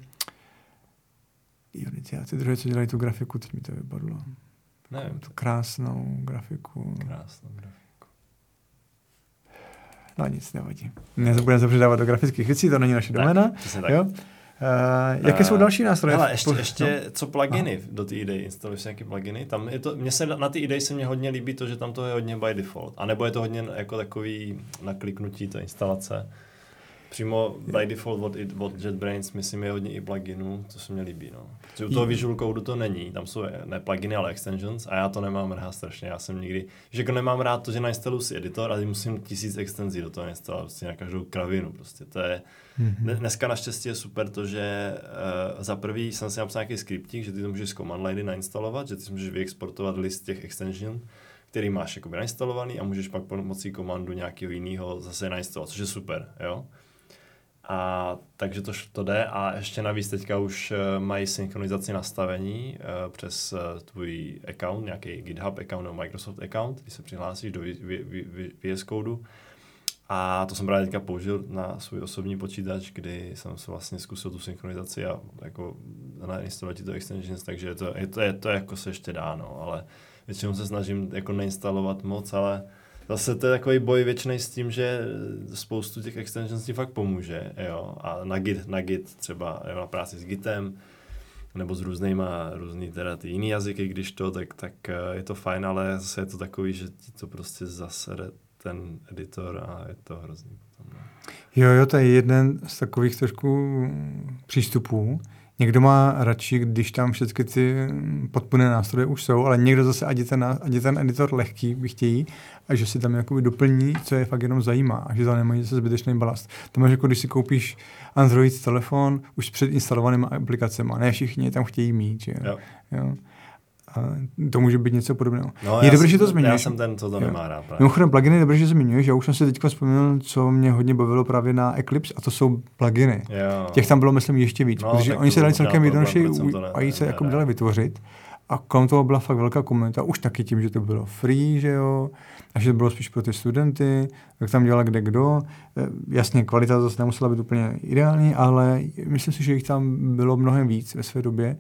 Unity a ty druhé, co dělají tu grafiku, teď mi to vypadlo. Nevím. Tu krásnou grafiku. Krásnou grafiku. No nic, nevadí. Nebudeme se předávat do grafických věcí, to není naše doména. Jo? Uh, jaké uh, jsou další nástroje? Hele, ještě, ještě no. co pluginy no. do té idei, instaluješ nějaké pluginy? Tam je to, mně se na té idei se mně hodně líbí to, že tam to je hodně by default. A nebo je to hodně jako takový nakliknutí, to instalace. Přímo by default od, od JetBrains, myslím, je hodně i pluginů, to se mi líbí, no. Protože u toho Visual Codeu to není, tam jsou ne pluginy, ale extensions a já to nemám rád strašně, já jsem nikdy, že jako nemám rád to, že nainstaluji si editor a musím tisíc extenzí do toho instalovat prostě na každou kravinu, prostě to je, mm-hmm. dneska naštěstí je super to, že uh, za prvý jsem si napsal nějaký skriptík, že ty to můžeš z command liney nainstalovat, že ty si můžeš vyexportovat list těch extension, který máš jakoby nainstalovaný a můžeš pak pomocí komandu nějakého jiného zase nainstalovat, což je super, jo. A takže to, to jde a ještě navíc teďka už uh, mají synchronizaci nastavení uh, přes uh, tvůj account, nějaký GitHub account nebo Microsoft account, když se přihlásíš do V S Codeu. A to jsem právě teďka použil na svůj osobní počítač, kdy jsem se vlastně zkusil tu synchronizaci a jako nainstalovat to extensions, takže je to, je to, je to jako se ještě dá, no, ale většinou se snažím jako nainstalovat moc, ale zase to je takový boj věčnej s tím, že spoustu těch extensions ti fakt pomůže, jo, a na Git, na Git třeba, jo, na práci s Gitem, nebo s různýma, různý teda ty jiný jazyky, když to, tak, tak je to fajn, ale zase je to takový, že ti to prostě zasere ten editor a je to hrozný potom. Jo, jo, to je jeden z takových trošku přístupů. Někdo má radši, když tam všechny ty podpůrné nástroje už jsou, ale někdo zase, ať je ten, ať je ten editor lehký, by chtějí, a že si tam jakoby doplní, co je fakt jenom zajímá, a že tam nemají zase zbytečný balast. To máš jako, když si koupíš Android telefon už s předinstalovanými aplikacemi, ne všichni tam chtějí mít. Jo. Jo. Jo. A to může být něco podobného. No, je dobré, že to zmiňuješ. Já jsem ten, co to jo. nemá rád. Mimochodem, pluginy je dobré, že zmiňuješ. Já už jsem si teďka vzpomněl, co mě hodně bavilo právě na Eclipse, a to jsou pluginy. Jo. Těch tam bylo, myslím, ještě víc, no, protože oni se dali celkem jednoduše a jí se jako dali vytvořit. A kolem toho byla fakt velká komunita. Už taky tím, že to bylo free, že jo, a že to bylo spíš pro ty studenty, tak tam dělala kde kdo. Jasně, kvalita zase nemusela být úplně ideální, ale myslím si, že jich tam bylo mnohem víc ve své době.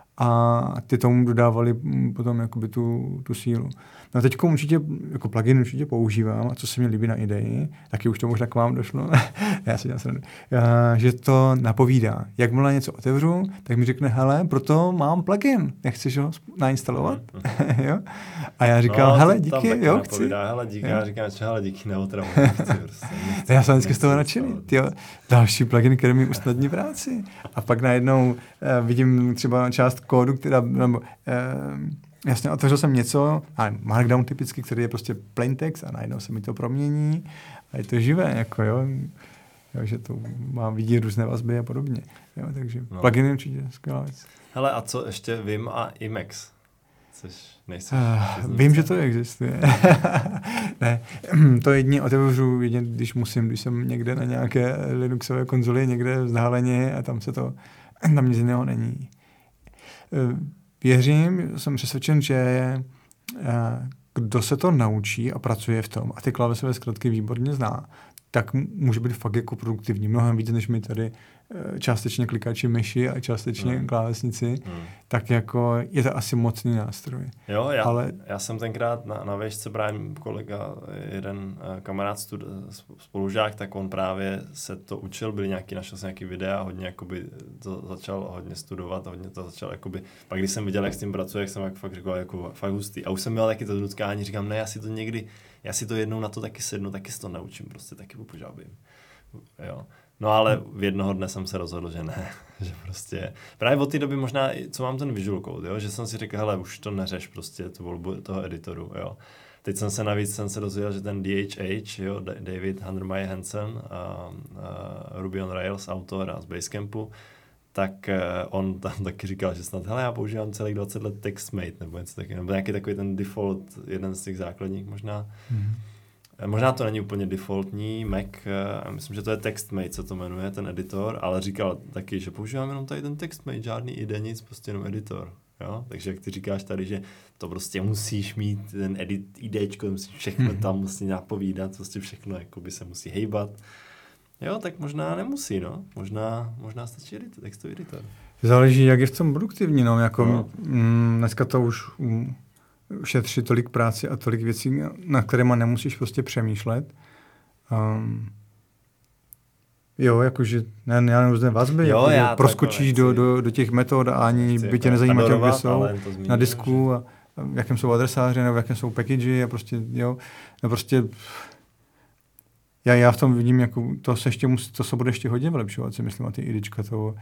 A ty tomu dodávali potom jakoby tu, tu sílu. No teď určitě, jako plugin určitě používám, a co se mi líbí na ideji, taky už to možná k vám došlo, já si dělám že to napovídá. Jakmile něco otevřu, tak mi řekne, hele, proto mám plugin, nechceš ho nainstalovat? jo? A já říkám, no, hele, díky, jo, chci. Napovídá, hele, díky, já říkám, že hele, díky, neotravu. Prostě, já jsem vždycky z toho nadšený. Tyjo, další plugin, který mi usnadní práci. A pak najednou uh, vidím třeba část kódu, která, nebo, uh, jasně, otevřel jsem něco, a Markdown typicky, který je prostě plain text, a najednou se mi to promění a je to živé, jako jo, jo že to má vidět různé vazby a podobně. Jo, takže no. Pluginy určitě skvělá věc. Hele, a co ještě Vim a Emacs? Což nejseš, uh, vím, že to existuje. ne, to jedině otevřu, jedině, když musím, když jsem někde na nějaké Linuxové konzoli, někde vzdáleně a tam se to, tam nic jiného není. Uh, Věřím, jsem přesvědčen, že kdo se to naučí a pracuje v tom a ty klávesové zkratky výborně zná, tak může být fakt jako produktivní. Mnohem víc, než my tady částečně klikači myši a částečně hmm. klávesnici, hmm. tak jako je to asi mocný nástroj. Jo, já, Ale... já jsem tenkrát na, na výšce právě kolega, jeden uh, kamarád, stud, spolužák, tak on právě se to učil, byli nějaký, našel jsem nějaký videa, hodně jakoby to začal hodně studovat, hodně to začal jakoby, pak když jsem viděl, jak s tím pracuje, jak jsem jak fakt řekl, jako fakt hustý. A už jsem měl taky to nutkání, říkám, ne, já si to někdy, já si to jednou na to taky sednu, taky si to naučím, prostě taky popožábím. Jo. No ale v jednoho dne jsem se rozhodl, že ne, že prostě, právě od té doby možná, co mám ten Visual Code, jo, že jsem si řekl, hele, už to neřeš prostě, tu volbu toho editoru, jo. Teď jsem se navíc, jsem se dozvěděl, že ten D H H, jo, David Heinemeier Hansson, a, a Ruby on Rails, autor a z Basecampu, tak uh, on tam taky říkal, že snad, hele, já používám celých dvacet let TextMate, nebo něco taky, nebo nějaký takový ten default, jeden z těch základních možná. Mm. Možná to není úplně defaultní Mac, myslím, že to je TextMate, co to jmenuje, ten editor, ale říkal taky, že používám jenom tady ten TextMate, žádný I D, nic, prostě jenom editor. Jo? Takže jak ty říkáš tady, že to prostě musíš mít, ten edit, IDčko, musíš všechno mm-hmm. tam musí napovídat, prostě všechno jakoby se musí hejbat. Jo, tak možná nemusí, no. Možná, možná stačí edit, textový editor. Záleží, jak je v tom produktivní, no. Jako, no. M, dneska to už um, šetří tolik práce a tolik věcí, na kteréma nemusíš prostě přemýšlet. Um, jo, jakože ne, ne různé vazby, jo, jako, proskočíš do, do, do těch metod a ani by tě nezajímá, kde jsou na disku a v jakém jsou adresáře nebo v jakém jsou package a prostě, jo, no prostě já, já v tom vidím, jako to se ještě musí, to se bude ještě hodně vylepšovat, si myslím, a ty IDčka to, uh,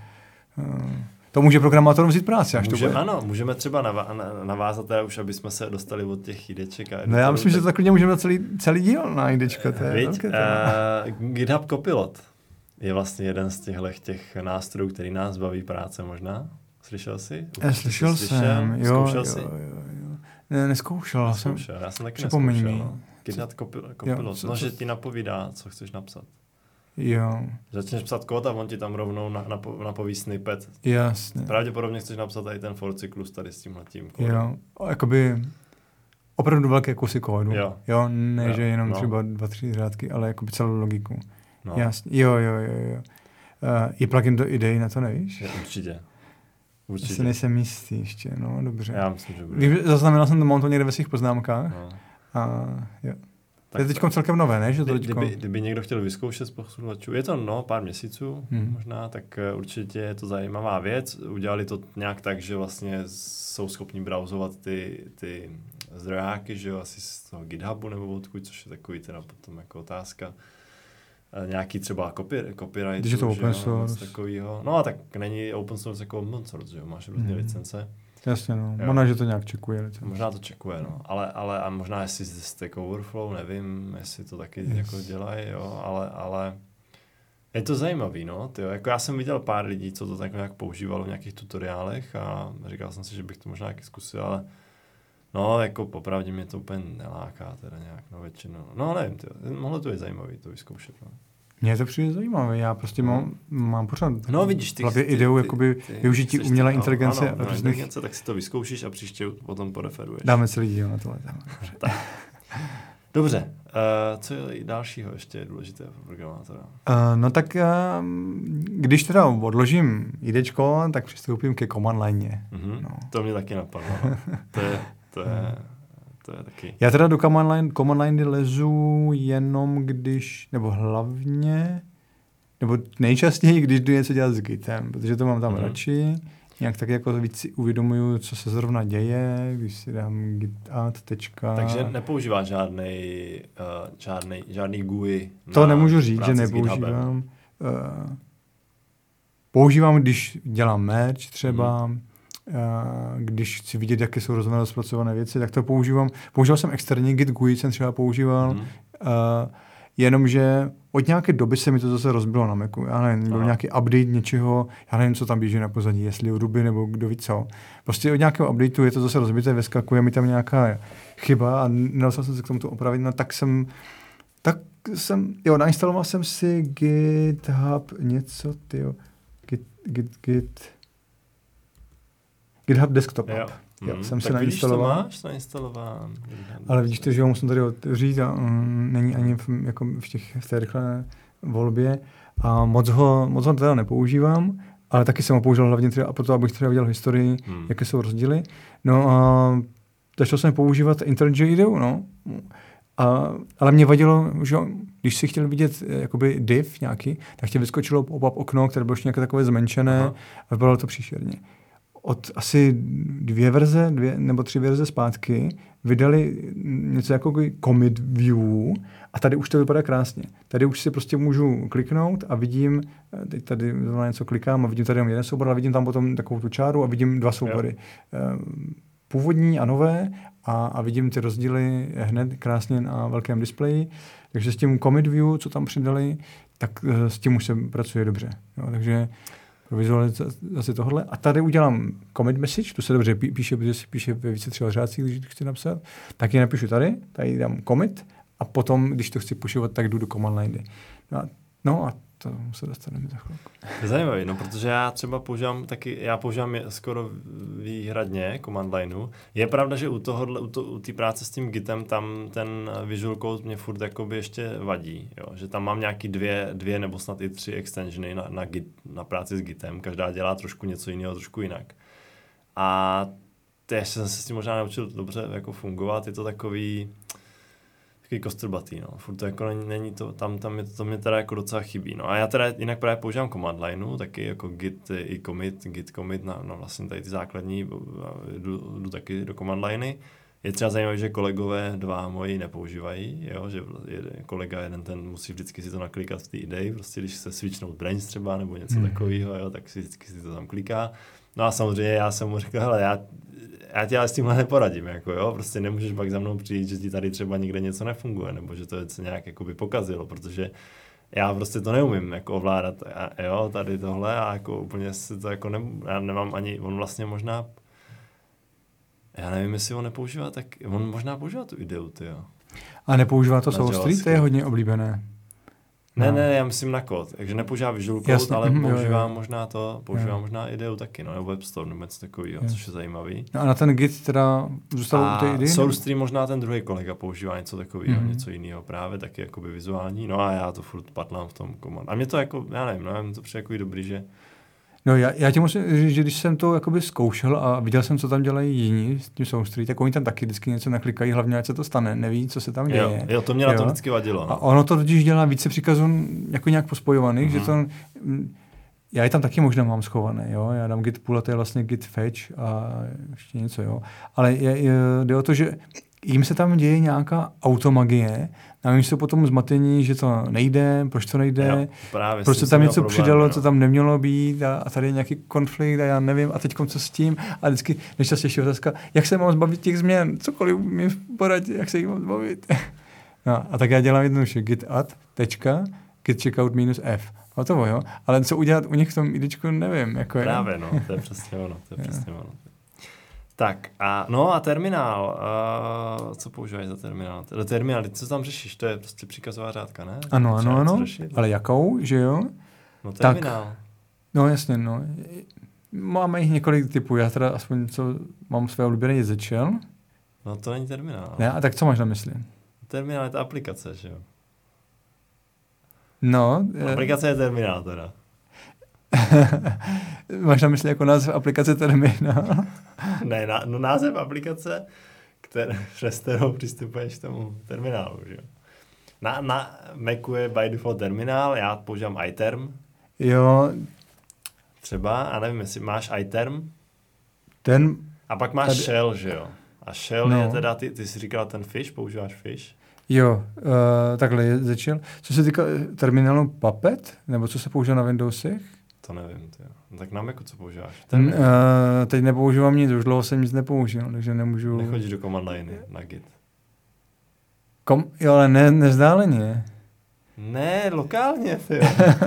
to může programátorům vzít práci, až může, to bude. Ano, můžeme třeba navá- navázat teda už, aby jsme se dostali od těch IDček. A no já myslím, tak... že to tak klidně můžeme celý, celý díl na IDčka. To je Víď, uh, GitHub Copilot je vlastně jeden z těchto těch nástrojů, který nás baví práce možná. Slyšel jsi? Já slyšel jsem, jo, Zkoušel jo, jsi? jo, jo. Ne, neskoušel. Neskoušel, já jsem taky Připomeň neskoušel. mi. No. GitHub Copilot, Jo, co, no, co, že ti napovídá, co chceš napsat. Jo. Začneš psat kód a on ti tam rovnou na, na, napoví snippet. Jasně. Pravděpodobně chceš napsat tady ten for cyklus tady s tímhletím kódem. Jo, jakoby opravdu velké kusy kódu. Jo. Jo, ne, jo. že jenom no. třeba dva, tři řádky, ale jakoby celou logiku. No. Jasně. Jo, jo, jo, jo. Uh, je plugin do idei, na to nevíš? Je, určitě. Určitě. Asi nejsem jistý ještě, no, dobře. Já myslím, že bude. Vím, zaznamenal jsem to, mám to někde ve svých poznámkách. No. A jo. Tak je teď celkem nové, ne? Že to kdy, teďko... kdyby, kdyby někdo chtěl vyzkoušet z posluchačů, je to no, pár měsíců hmm. možná, tak uh, určitě je to zajímavá věc. Udělali to nějak tak, že vlastně jsou schopni browsovat ty, ty zdrojáky, že jo, asi z toho GitHubu nebo odkud, což je takový teda potom jako otázka. Uh, nějaký třeba copy, copyright, když je to open source. Takovýho. No a tak není open source jako open source, že jo, máš různé hmm. licence. Jasně, no. Možná, že to nějak čekuje. Licence. Možná to čekuje, no. Ale, ale a možná jestli z Stack Overflow, nevím, jestli to taky yes. jako dělají, jo, ale, ale je to zajímavý, no, tyjo. Jako já jsem viděl pár lidí, co to tak nějak používalo v nějakých tutoriálech a říkal jsem si, že bych to možná taky zkusil, ale no, jako popravdě mě to úplně neláká teda nějak, no, většinou. No, nevím, tyjo. Mohlo to je zajímavý to vyzkoušet, no. Mně to přijde zajímavé, já prostě mám, mám pořád no, vidíš, ty, v hlavě ty, ideu ty, jakoby ty, využití ty, umělé ty, inteligence. Ano, a různých... inteligence, tak si to vyzkoušíš a příště potom poreferuješ. Dáme celý díl na tohle. Tak. Dobře, uh, co je dalšího ještě je důležité pro programátora? Uh, no tak uh, když teda odložím IDčko, tak přistoupím ke command line. Mm-hmm. No. To mě taky napadlo. to, je, to, je, to je taky... Já teda do command line, command line lezu jenom když, nebo hlavně, nebo nejčastěji, když jdu něco dělat s Gitem, protože to mám tam mm-hmm. radši. Nějak tak jako víc si uvědomuju, co se zrovna děje, když si dám git add, tečka. Takže nepoužíváš žádnej, uh, žádnej, žádný G U I na to nemůžu říct, že nepoužívám. Uh, používám, když dělám merge třeba, mm. uh, když chci vidět, jaké jsou rozumné rozpracované věci, tak to používám. Používal jsem externí git G U I, jsem třeba používal, mm. uh, jenomže od nějaké doby se mi to zase rozbilo na Macu. Já nevím, byl nějaký update něčeho, já nevím, co tam běží na pozadí, jestli Ruby nebo kdo ví co. Prostě od nějakého updateu je to zase rozbité, vyskakuje mi tam nějaká chyba a nedostal jsem se k tomu to opravit, no tak jsem, tak jsem, jo, nainstaloval jsem si GitHub něco, tyjo, git, git, git, GitHub Desktop jo. App. Jo, mm, jsem tak si nainstaloval. Vidíš, to máš nainstalován. Ale vidíš to, že ho musím tady otevřít a um, není ani v, jako v, těch, v té rychlé volbě. A moc ho, moc ho teda nepoužívám, ale taky jsem ho použil hlavně třeba, a proto, abych třeba viděl historii, hmm. jaké jsou rozdíly. No a začal jsem používat IntelliJ IDEU, no. A, ale mě vadilo, že když si chtěl vidět jakoby div nějaký, tak tě vyskočilo pop-up okno, které bylo ještě nějaké takové zmenšené. Aha. A vypadalo to příšerně. Od asi dvě verze, dvě nebo tři verze zpátky vydali něco jako commit view a tady už to vypadá krásně. Tady už si prostě můžu kliknout a vidím, teď tady na něco klikám a vidím tady jenom jeden soubor, ale vidím tam potom takovou tu čáru a vidím dva soubory. Jo. Původní a nové a, a vidím ty rozdíly hned krásně na velkém displeji. Takže s tím commit view, co tam přidali, tak s tím už se pracuje dobře. Jo, takže pro vizualizaci tohle. A tady udělám commit message, to se dobře píše, protože se píše ve více třeba řádcích, když to chci napsat. Tak je napíšu tady, tady dám commit a potom, když to chci pushovat, tak jdu do command line. No a, no a to se dostaneme za chvilku. Zajímavý, no, protože já třeba používám taky, já používám skoro výhradně command lineu. Je pravda, že u tohohle, u, to, u té práce s tím Gitem, tam ten Visual Code mě furt jakoby ještě vadí, jo, že tam mám nějaký dvě, dvě nebo snad i tři extensiony na, na, Git, na práci s Gitem, každá dělá trošku něco jiného, trošku jinak. A teď jsem se s tím možná naučil dobře jako fungovat, je to takový kostrbatý, no. Furt to jako není, není to, tam, tam je to, to mě teda jako docela chybí, no. A já teda jinak právě používám command lineu, taky jako git i commit, git commit, no, no vlastně tady ty základní, jdu, jdu taky do command liney. je třeba zajímavé, že kolegové dva moji nepoužívají, jo, že kolega jeden ten musí vždycky si to naklikat v té idei, prostě když se switchnout Brains třeba nebo něco hmm. takového, jo, tak si vždycky si to tam kliká. No a samozřejmě já jsem mu řekl, hele, já, já ti ale s tímhle neporadím, jako jo, prostě nemůžeš pak za mnou přijít, že ti tady třeba někde něco nefunguje, nebo že to je se nějak jakoby pokazilo, protože já prostě to neumím jako ovládat, a, jo, tady tohle a jako úplně si to jako ne, já nemám ani, on vlastně možná, já nevím, jestli on nepoužívá, tak on možná používá tu ideu, ty jo. A nepoužívá to SoulStreet, to je hodně oblíbené. Ne, no. ne, já myslím na kód, takže nepoužívá Visual Code, Jasně. ale mm, používá jo, jo. možná to, používá jo. možná ideu taky, no, nebo WebStorm, nebo něco takového, což je zajímavý. No a na ten Git teda zůstal u té idei? SoulStream možná ten druhý kolega používá něco takového, mm. něco jiného právě, taky jakoby vizuální, no a já to furt patlám v tom komand. A mě to jako, já nevím, no, mě to přijde jako dobrý, že No já, já ti musím říct, že když jsem to jakoby zkoušel a viděl jsem, co tam dělají jiní s tím SoulStreet, tak oni tam taky vždycky něco naklikají, hlavně ať se to stane, neví, co se tam děje. Jo, jo to mě jo. na to vždycky vadilo. No. A ono to totiž dělá více příkazů jako nějak pospojovaných, mm-hmm. že to, já je tam taky možná mám schované, jo, já dám git pull a to je vlastně git fetch a ještě něco, jo. Ale je, je, jde o to, že jim se tam děje nějaká automagie, a oni jsou potom zmatení, že to nejde, proč to nejde, jo, právě, proč se tam něco problém, přidalo, no. co tam nemělo být a, a tady je nějaký konflikt a já nevím a teď co s tím a vždycky nejčastější otázka, jak se mám zbavit těch změn, cokoliv mi poradit, jak se jich mám zbavit. No a tak já dělám jednoduše git add, tečka, git checkout minus f. Hotovo, jo? Ale co udělat u nich v tom idičku, nevím. Jako právě, no, to je přesně ono, to je přesně ono. Tak a no a terminál, uh, co používáš za terminál? Terminál, co tam řešíš? To je prostě příkazová řádka, ne? Ano, ano, ano, ale jakou, že jo? No terminál. Tak, no jasně, no. Máme jich několik typů, já teda aspoň co mám své oblíbené začal. No to není terminál. Ne, a tak co máš na mysli? Terminál je ta aplikace, že jo? No. Aplikace je terminál teda. Máš na mysli jako název aplikace terminál? Ne, na, no název aplikace, které, přes kterou přistupuješ k tomu terminálu, že jo. Na, na Macu je by default terminál, já používám iTerm. Jo. Třeba, a nevím, jestli máš iTerm. Ten... A pak máš tady... shell, že jo. A shell no. je teda, ty, ty jsi říkal ten fish, používáš fish? Jo, uh, takhle je začal. Co se týká terminálu Puppet, nebo co se používá na Windowsech? To nevím, tyjo. No tak na Macu co používáš? Uh, teď nepoužívám nic, už dlouho jsem nic nepoužil, takže nemůžu... Nechodíš do command liney na Git? Kom... Jo, ale ne, nezdáleně. Ne, lokálně, tyjo.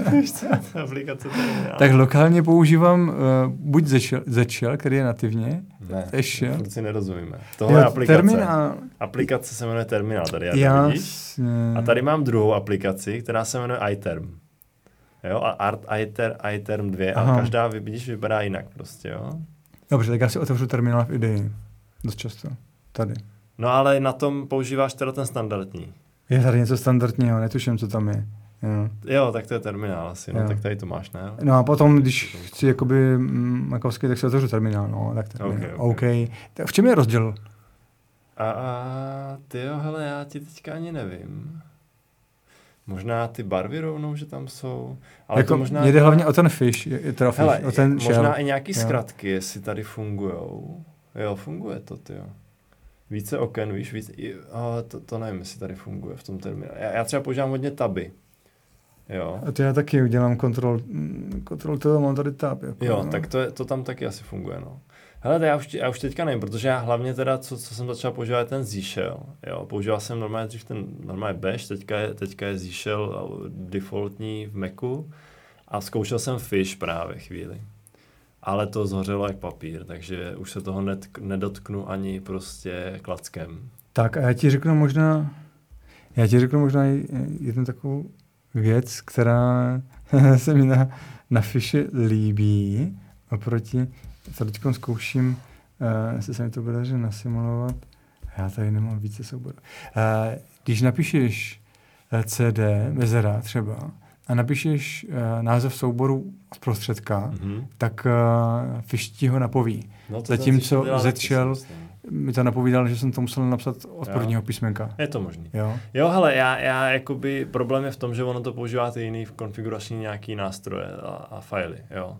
Aplikace terminál. Tak lokálně používám uh, buď Zečel, který je nativně, ne, ještě. Furt si nerozumíme. Tohle je aplikace. Terminál. Aplikace se jmenuje terminál, tady já to vidíš. A tady mám druhou aplikaci, která se jmenuje iTerm. Jo, a Art iTer, iTerm dva, Aha. a každá, vidíš, vypadá jinak prostě, jo. Dobře, tak já si otevřu terminál v idei. Dost často. Tady. No ale na tom používáš teda ten standardní. Je tady něco standardního, netuším, co tam je. Jo, jo tak to je terminál asi, no, tak tady to máš, ne? No a potom, když chci jakoby makovský, tak si otevřu terminál, no, tak terminál. Okay, okay. OK. Tak v čem je rozdíl? A, a tyjo, hele, já ti teďka ani nevím. Možná ty barvy rovnou, že tam jsou. Ale jako to možná... Jde hlavně o ten fish, je teda fish, hele, o ten možná shell. i nějaký jo. zkratky, jestli tady fungujou. Jo, funguje to, tyjo. Více oken, víš, víc... Oh, to, to nevím, jestli tady funguje v tom terminálu. Já, já třeba používám hodně taby. Jo. A to já taky udělám kontrol, kontrol toho, mám tady tab. Jako, jo, no. tak to, je, to tam taky asi funguje, no. Hele, já už, já už teďka nevím, protože já hlavně teda, co, co jsem začal používat, ten Z-Shell. Jo, používal jsem normálně dřív ten normálně Bash, teďka je, teďka je Z-Shell defaultní v Macu a zkoušel jsem Fish právě chvíli. Ale to zhořelo jak papír, takže už se toho net, nedotknu ani prostě klackem. Tak a já ti řeknu možná, já ti řeknu možná jednu takovou věc, která se mi na, na Fishi líbí oproti, co teďkom zkouším, uh, jestli se mi to bude dařit nasimulovat. Já tady nemám více souborů. Uh, když napíšeš uh, C D, mezera třeba, a napíšeš uh, název souboru od prostředka, mm-hmm. tak uh, Fish ti ho napoví. No zatímco Z-Shell mi to napovídal, že jsem to musel napsat od prvního písmenka. Je to možný. Jo, jo hele, já, já jakoby, problém je v tom, že ono to používá ty jiný konfigurační nějaký nástroje a, a fajly, jo.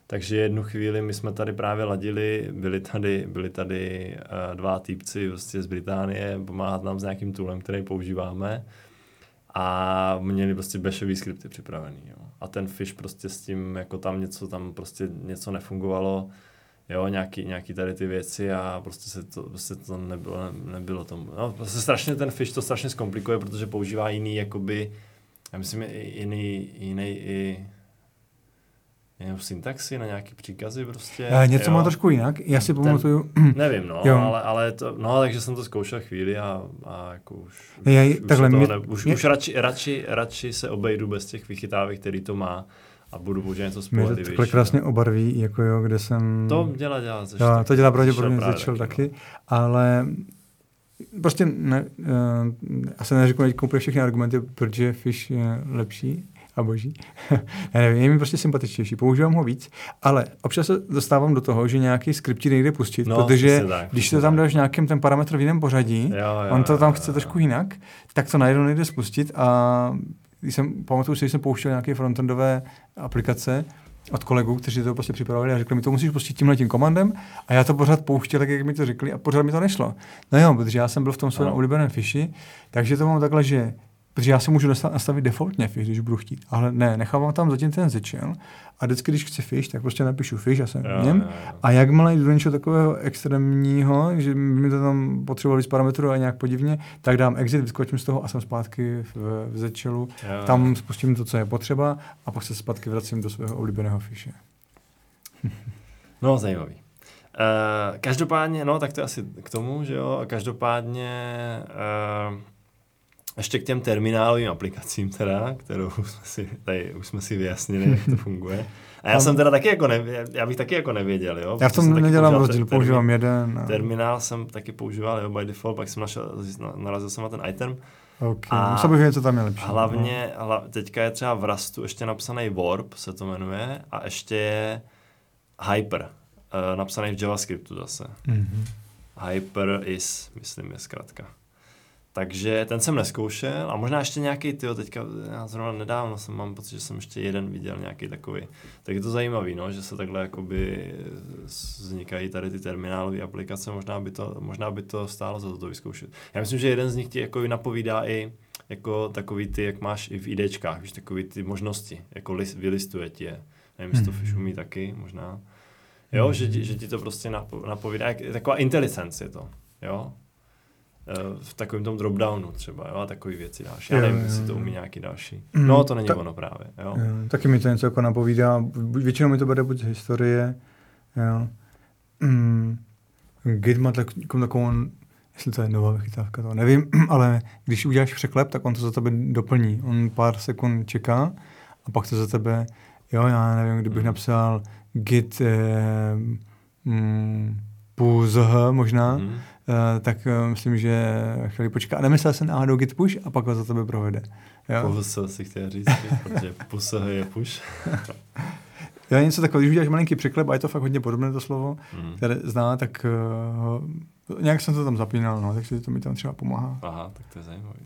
Takže jednu chvíli my jsme tady právě ladili, byli tady, byli tady uh, dva týpci vlastně z Británie, pomáhat nám s nějakým toolem, který používáme a měli prostě bashový skripty připravený. Jo. A ten Fish prostě s tím, jako tam něco, tam prostě něco nefungovalo, jo, nějaký, nějaký tady ty věci a prostě se to, prostě to nebylo, ne, nebylo tomu. No, prostě strašně ten Fish to strašně zkomplikuje, protože používá jiný, jakoby, já myslím, jiný, jiný i jenom syntaxi na nějaký příkazy prostě. A něco jo. má trošku jinak, já si pamatuju. Nevím, no, ale, ale to, no, takže jsem to zkoušel chvíli a, a jako už, já, už, takhle, už, mě, ne, už, mě, už radši, radši, radši se obejdu bez těch vychytávek, který to má a budu použít něco spolehlivější. Mě to takhle krásně obarví, jako jo, kde jsem... To dělá, dělá. Jo, to dělá pravděpodobně začal taky, taky, no. Ale prostě ne, uh, asi neřeknu teď úplně všechny argumenty, protože Fish je lepší a boží. Já nevím, je mi prostě sympatičtější, používám ho víc, ale občas se dostávám do toho, že nějaký skript ti nejde pustit, no, protože tak, když to tam dáš nějakým ten parametr v jiném pořadí, jo, jo, on to tam chce jo, jo. trošku jinak, tak to najednou nejde spustit a když jsem, pamatuju si, že jsem pouštěl nějaké frontendové aplikace od kolegů, kteří to prostě připravili a řekli mi, to musíš pustit tímhletím komandem a já to pořád pouštěl, tak jak mi to řekli a pořád mi to nešlo. No jo, protože já jsem byl v tom svém oblíbeném Fishi, takže to mám takhle, že protože já si můžu nastavit defaultně Fish, když budu chtít, ale ne, nechávám tam zatím ten zečel a vždycky, když chci Fish, tak prostě napíšu Fish, já jsem v něm a jakmile jdu do něčeho takového extrémního, že mi to tam potřebovali z parametru a nějak podivně, tak dám exit, vyskočím z toho a jsem zpátky v, v zečelu, tam spustím to, co je potřeba a pak se zpátky vracím do svého oblíbeného Fishe. No, zajímavý. Uh, každopádně, no, tak to je asi k tomu, že jo, a každopádně uh, ještě k těm terminálovým aplikacím teda, kterou jsme si, tady už jsme si vyjasnili, jak to funguje. A já Tam, jsem teda taky jako nevěděl, já bych taky jako nevěděl, jo. Já v tom nedělám rozdíl, používám jeden. A... Terminál jsem taky používal, jo, by default, pak jsem našel, narazil jsem na ten item. Okay. A musel bych vědět, co tam je lepší. Hlavně, no. hla, teďka je třeba v Rustu ještě napsaný Warp, se to jmenuje, a ještě je Hyper, uh, napsaný v JavaScriptu zase. Mm-hmm. Hyper is, myslím, je zkrátka. Takže ten jsem neskoušel a možná ještě nějaký, tyjo, teďka já zrovna nedávno jsem mám pocit, že jsem ještě jeden viděl nějaký takový. Tak je to zajímavý, no, že se takhle jakoby vznikají tady ty terminálové aplikace, možná by to, možná by to stálo za to, to vyzkoušet. Já myslím, že jeden z nich ti jako napovídá i jako takový ty, jak máš i v IDčkách, víš, takový ty možnosti, jako list, vylistuje ti je. Nevím, jestli to Fish umí taky, možná. Jo, že, že ti to prostě napo, napovídá, jak, taková inteligence je to, jo. V takovém tom dropdownu třeba, jo, a takový věci další. Já nevím, jestli to umí nějaký další. No, to není Ta, ono právě, jo. jo. Taky mi to něco jako napovídá. Většinou mi to bude buď z historie, jo. Mm, Git má tak, takovou, jestli to je nová vychytávka, to nevím, ale když uděláš překlep, tak on to za tebe doplní. On pár sekund čeká a pak to za tebe, jo, já nevím, kdybych hmm. napsal Git eh, mm, puzh možná, hmm. Uh, tak uh, myslím, že chvíli počká. A nemyslel jsem náhodou git push a pak ho za tebe provede. Pus si chtěl říct, protože push je push. Jo, něco takového, když uděláš malinký překlep, a je to fakt hodně podobné to slovo, mm. které zná, tak uh, nějak jsem to tam zapínal, no, takže to mi tam třeba pomáhá. Aha, tak to je zajímavé.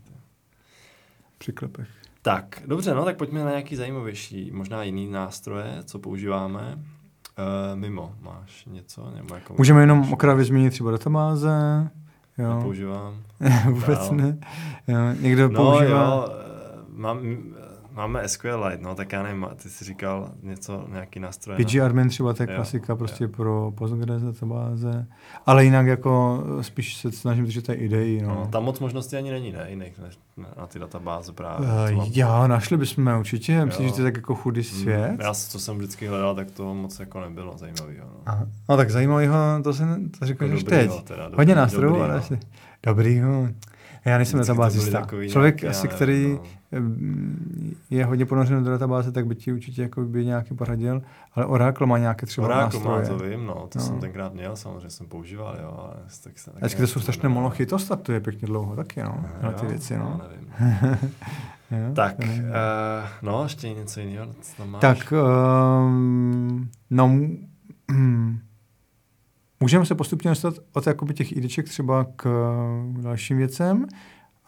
V překlepech. Tak, dobře, no, tak pojďme na nějaký zajímavější, možná jiný nástroje, co používáme. Uh, mimo, máš něco? Nebo jako můžeme jenom okrajově zmínit třeba databáze. Jo. Nepoužívám. Vůbec Dál. ne. Jo, někdo no, používá... Jo, mám, máme SQLite, no, tak já nevím, ty jsi říkal něco, nějaký nástroj. P G Admin třeba, to je klasika jo, prostě jo. pro Postgres databáze. Ale jinak jako spíš se snažím držet té idei. No. No, tam moc možností ani není, ne? Jiných než na ty databáze právě. Uh, já, našli bychom určitě. Myslím, že to je tak jako chudý svět. Já, co jsem vždycky hledal, tak to moc jako nebylo zajímavého. No. no tak zajímavého, to si to řekl, že teď. Teda, dobrý, Hodně nástrojů, ale asi dobrýho. Já nejsem databázista. Člověk asi, nevím, který no. je hodně ponořený do databáze, tak by ti určitě jako by nějaký poradil, ale Oracle má nějaké třeba Oracle nástroje. Oracle má, to vím, no, to no. jsem tenkrát měl, samozřejmě jsem používal, jo, ale tak se taky... Vždycky to jsou strašné molochy, to startuje pěkně dlouho taky, no, jo, na ty věci, no. no nevím. jo, tak, uh, no, ještě něco jiného, co tam máš? Tak, um, no, um, můžeme se postupně dostat od jakoby těch IDček třeba k dalším věcem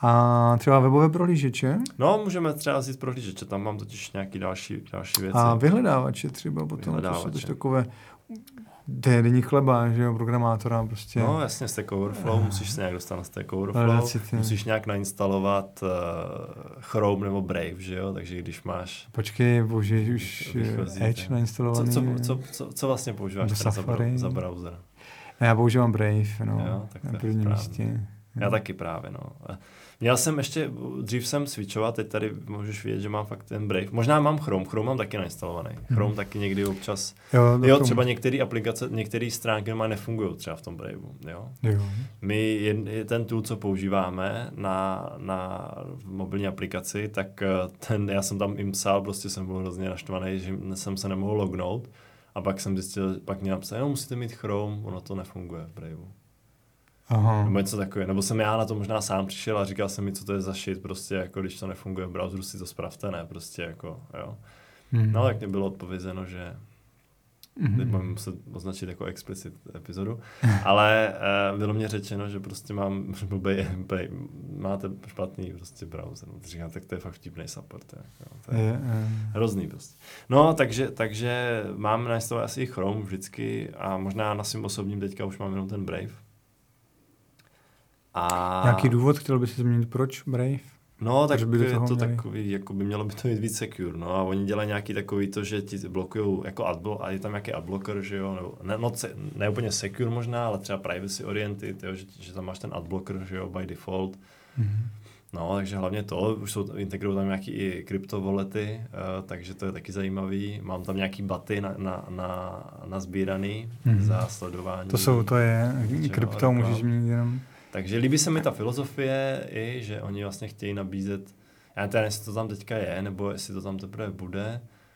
A třeba webové prohlížeče? No, můžeme třeba vzít prohlížeče, tam mám totiž nějaký další, další věci. A vyhledávače třeba potom, vyhledávače. To jsou takové denní chleba, že jo, programátora prostě. No jasně, Stack Overflow, uh, musíš se nějak dostat na Stack Overflow, musíš nějak nainstalovat uh, Chrome nebo Brave, že jo, takže když máš... Počkej, bože, už Edge nainstalovaný. Co, co, co, co, co vlastně používáš teda za, za browser? Já používám Brave, no, jo, tak na prvním místě. Já taky právě, no. Měl jsem ještě, dřív jsem switchoval, teď tady můžeš vidět, že mám fakt ten Brave. Možná mám Chrome, Chrome mám taky nainstalovaný. Chrome hmm. taky někdy občas. Jo, jo třeba některé aplikace, některé stránky má nefungují třeba v tom Braveu. Jo? Jo. My je, ten tool, co používáme na, na mobilní aplikaci, tak ten, já jsem tam jim psal, prostě jsem byl hrozně naštvaný, že jsem se nemohl lognout. A pak jsem zjistil, pak mě napsal, jo, musíte mít Chrome, ono to nefunguje v Braveu. Aha. Nebo něco takové. Nebo jsem já na to možná sám přišel a říkal jsem mi, co to je za shit, prostě jako když to nefunguje v browseru, si to spravte, ne, prostě jako, jo. Mm. No tak mě bylo odpovězeno, že mm. teď mám muset označit jako explicit epizodu, ale uh, bylo mě řečeno, že prostě mám blbej, blbej, máte špatný prostě browser. No, říkám, tak to je fakt vtipnej support, jako, to je, je, je hrozný prostě. No, takže, takže mám nainstalovat asi Chrome vždycky a možná na svým osobním teďka už mám jenom ten Brave. A... Nějaký důvod, chtěl by si změnit, proč Brave? No, tak by je to měli? Takový, jako by mělo by to být víc secure, no a oni dělají nějaký takový to, že ti blokujou jako adblock, a je tam nějaký adblocker, že jo, nebo ne, no, ne úplně secure možná, ale třeba privacy oriented, jo, že, že tam máš ten adblocker, že jo, by default. Mm-hmm. No, takže hlavně to, už jsou integrují tam nějaký i kryptovolety, uh, takže to je taky zajímavý. Mám tam nějaký baty na, na, na, na sbíraný mm-hmm. za sledování. To jsou, to je, krypto můžeš mít jenom. Takže líbí se mi ta filozofie i, že oni vlastně chtějí nabízet, já nevím, jestli to tam teďka je, nebo jestli to tam teprve bude,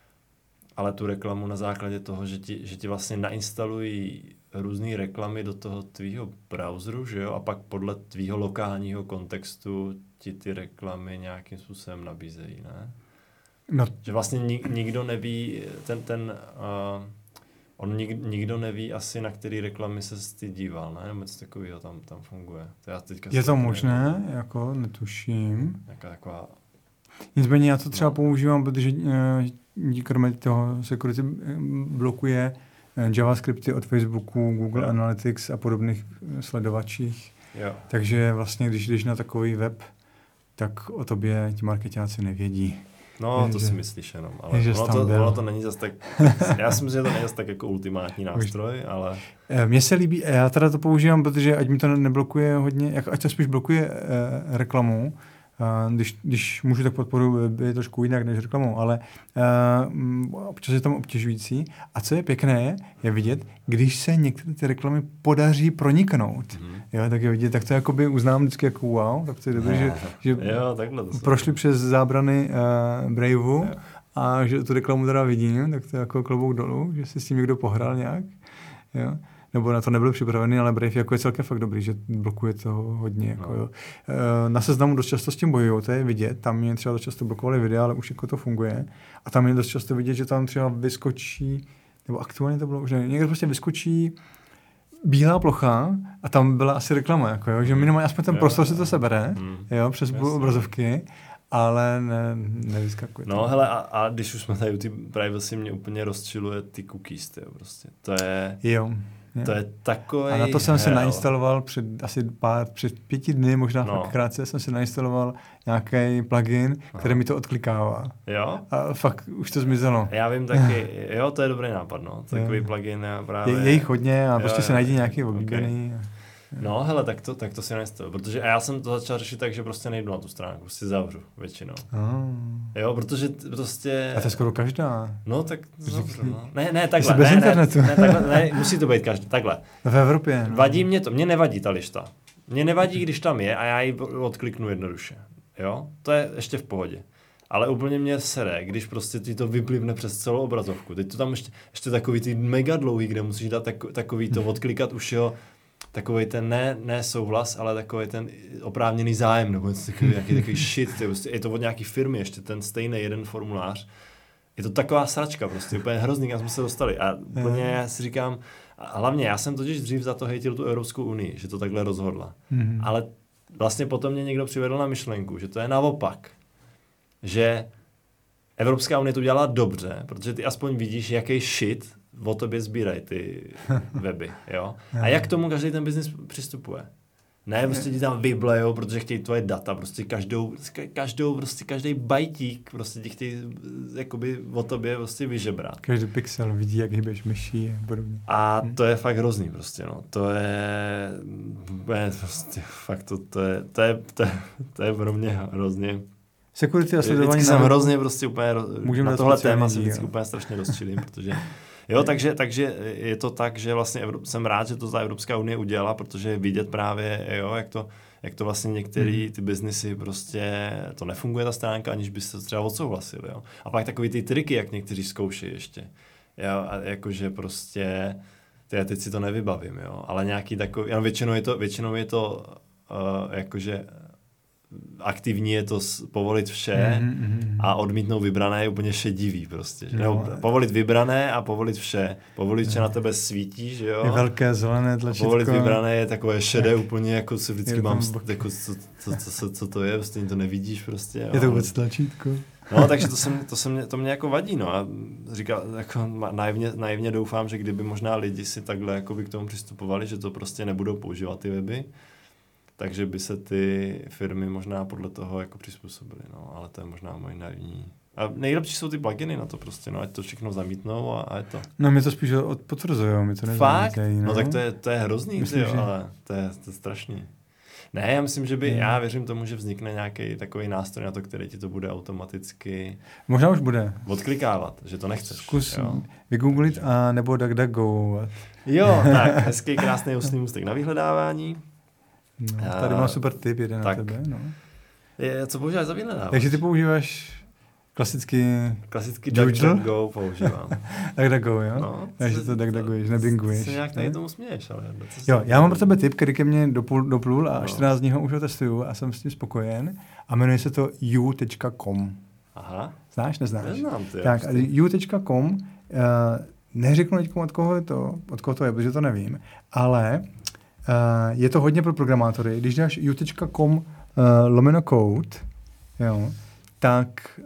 ale tu reklamu na základě toho, že ti, že ti vlastně nainstalují různé reklamy do toho tvýho browseru, že jo, a pak podle tvýho lokálního kontextu ti ty reklamy nějakým způsobem nabízejí, ne? No. Že vlastně nik, nikdo neví, ten, ten uh, on nik, nikdo neví asi, na který reklamy se ty díval, ne? Nebo něco takového tam, tam funguje. To já teďka je to možné, nevím. Jako netuším. Nějaká taková... Nicméně já to třeba no. používám, protože díky kromě toho security blokuje JavaScripty od Facebooku, Google jo. Analytics a podobných sledovačích. Jo. Takže vlastně, když jdeš na takový web, tak o tobě ti marketáci nevědí. No, je, to že, si myslíš jenom, ale je, ono, to, ono to není zase tak, tak, já si myslím, že to není zase tak jako ultimátní nástroj, ale... Mně se líbí, já teda to používám, protože ať mi to neblokuje hodně, jak, ať to spíš blokuje eh, reklamu, eh, když, když můžu, tak podporuji, je trošku jinak než reklamou, ale eh, občas je tam obtěžující. A co je pěkné, je vidět, když se některé ty reklamy podaří proniknout. Mm-hmm. Jo, tak je vidět, tak to jakoby uznám vždycky jako wow, tak to je dobré, že, že jo, takhle to prošli přes zábrany uh, Braveu jo. a že tu reklamu teda vidím, tak to je jako klobouk dolů, že si s tím někdo pohrál nějak. Jo. Nebo na to nebyl připravený, ale Brave jako je celkem fakt dobrý, že blokuje to hodně. Jako, no. jo. E, na Seznamu dost často s tím bojují, to je vidět, tam mě třeba dost často blokovali videa, ale už jako to funguje. A tam je dost často vidět, že tam třeba vyskočí, nebo aktuálně to bylo už ne, někdo prostě vyskočí bílá plocha a tam byla asi reklama, jako, jo, že minimálně aspoň ten jo, prostor si to sebere, mm. jo, přes Jasně. obrazovky, ale ne, nevyskakuje. No hele, a, a když už jsme tady u té privacy, mě úplně rozčiluje ty cookies, tyjo, prostě. To je... Jo. To je takový. A na to jsem hell. se nainstaloval před asi pár, před pěti dny, možná no. fakt krátce, jsem si nainstaloval nějaký plugin, Aha. který mi to odklikává. Jo? A fakt už to zmizelo. Já vím taky, jo, to je dobrý nápad, no. Takový jo. plugin já právě... Je, je jich hodně a jo, prostě jo, se najde nějaký oblíbený. Okay. No, hele, tak to, tak to si nainstaluji, protože já jsem to začal řešit tak, že prostě nejdu na tu stránku, prostě zavřu většinou. Oh. Jo, protože prostě... A to je skoro každá. No, tak zavřu, no. Ne, ne, takhle, bez ne, internetu. ne, ne, takhle, ne, musí to být každý, takhle. V Evropě. No. Vadí mě to, mě nevadí ta lišta. Mě nevadí, když tam je a já ji odkliknu jednoduše. Jo, to je ještě v pohodě. Ale úplně mě sere, když prostě ti to vyplivne přes celou obrazovku. Teď to tam ještě, ještě takový ty mega dlouhý, kde musíš dát tak, takový to odklikat už jo, takovej ten ne, ne souhlas, ale takový ten oprávněný zájem, nebo takový, nějaký takový shit, je, je to od nějaký firmy, ještě ten stejný jeden formulář. Je to taková sračka, prostě úplně hrozný, kam jsme se dostali. A úplně já si říkám, a hlavně já jsem totiž dřív za to hejtil tu Evropskou unii, že to takhle rozhodla. Mm-hmm. Ale vlastně potom mě někdo přivedl na myšlenku, že to je naopak. Že Evropská unie to dělala dobře, protože ty aspoň vidíš, jaký shit o tobě sbírají ty weby, jo? A jak k tomu každý ten biznis přistupuje? Ne, prostě ti tam vyblejou, protože chtějí tvoje data, prostě každou, každou, prostě každý bajtík, prostě ti chtějí jakoby o tobě prostě vyžebrat. Každý pixel vidí, jak hýbeš myší a podobně. A to je fakt hrozný prostě, no. To je, je prostě fakt to, to je, to je, to je, to je pro mě hrozně. Security a sledování. Vždycky jsem hrozně prostě úplně, Můžeme na tohle téma jsem vždycky úplně strašně rozčilím, protože jo, takže, takže je to tak, že vlastně Evrop, jsem rád, že to ta Evropská unie udělala, protože je vidět právě, jo, jak to, jak to vlastně některé ty biznisy prostě, to nefunguje ta stránka, aniž by se třeba odsouhlasili, jo. A pak takový ty triky, jak někteří zkouší ještě. Jo, a jakože prostě, já teď si to nevybavím, jo, ale nějaký takový, já většinou je to, většinou je to uh, jakože aktivní je to povolit vše mm-hmm. a odmítnout vybrané je úplně šedivý prostě. Že? No, povolit vybrané a povolit vše. Povolit vše na tebe svítí, že jo? Je velké zelené tlačítko. Povolit vybrané je takové šedé tak. Úplně, jako si vždycky mám, jako, co, co, co, co to je, prostě to nevidíš prostě. Jo? Je to vůbec tlačítko. No, takže to, jsem, to, jsem, to mě jako vadí, no. A říkal, jako naivně, naivně doufám, že kdyby možná lidi si takhle jako by k tomu přistupovali, že to prostě nebudou používat ty weby, takže by se ty firmy možná podle toho jako přizpůsobily, no, ale to je možná moje naivní. A nejlepší jsou ty pluginy na to prostě, no, ať to všechno zamítnou a, a je to. No, mě to spíš potvrzujou, mi to nezamítají. Fakt? No. no tak to je, to je hrozný, myslím, tyjo, že... ale to je, to je strašný. Ne, já myslím, že by, hmm. já věřím tomu, že vznikne nějaký takový nástroj na to, který ti to bude automaticky možná už bude. Odklikávat, že to nechceš. Zkus vygooglit a nebo DuckDuckGo. Jo, tak, hezký, krásný ústní můstek na vyhledávání. No, tady mám super tip, jeden tak. na tebe, no. Je, co používáš za vyhledávač? Takže ty používáš klasický... Klasický DuckDuckGo používám. DuckDuckGo, jo? No, takže to DuckDuckGuješ, nebinguješ. Se nějak tady tomu směješ, ale... Jo, já mám pro tebe tip, který ke mně doplul, doplul a no. čtrnáct dní ho už ho testuju a jsem s tím spokojen a jmenuje se to u tečka com. Aha. Znáš, neznáš? Neznám, ty. Tak, u tečka com, uh, neřeknu teď, od koho je to, od koho to je, protože to nevím, ale uh, je to hodně pro programátory. Když dáš u tečka com uh, lomeno code, jo, tak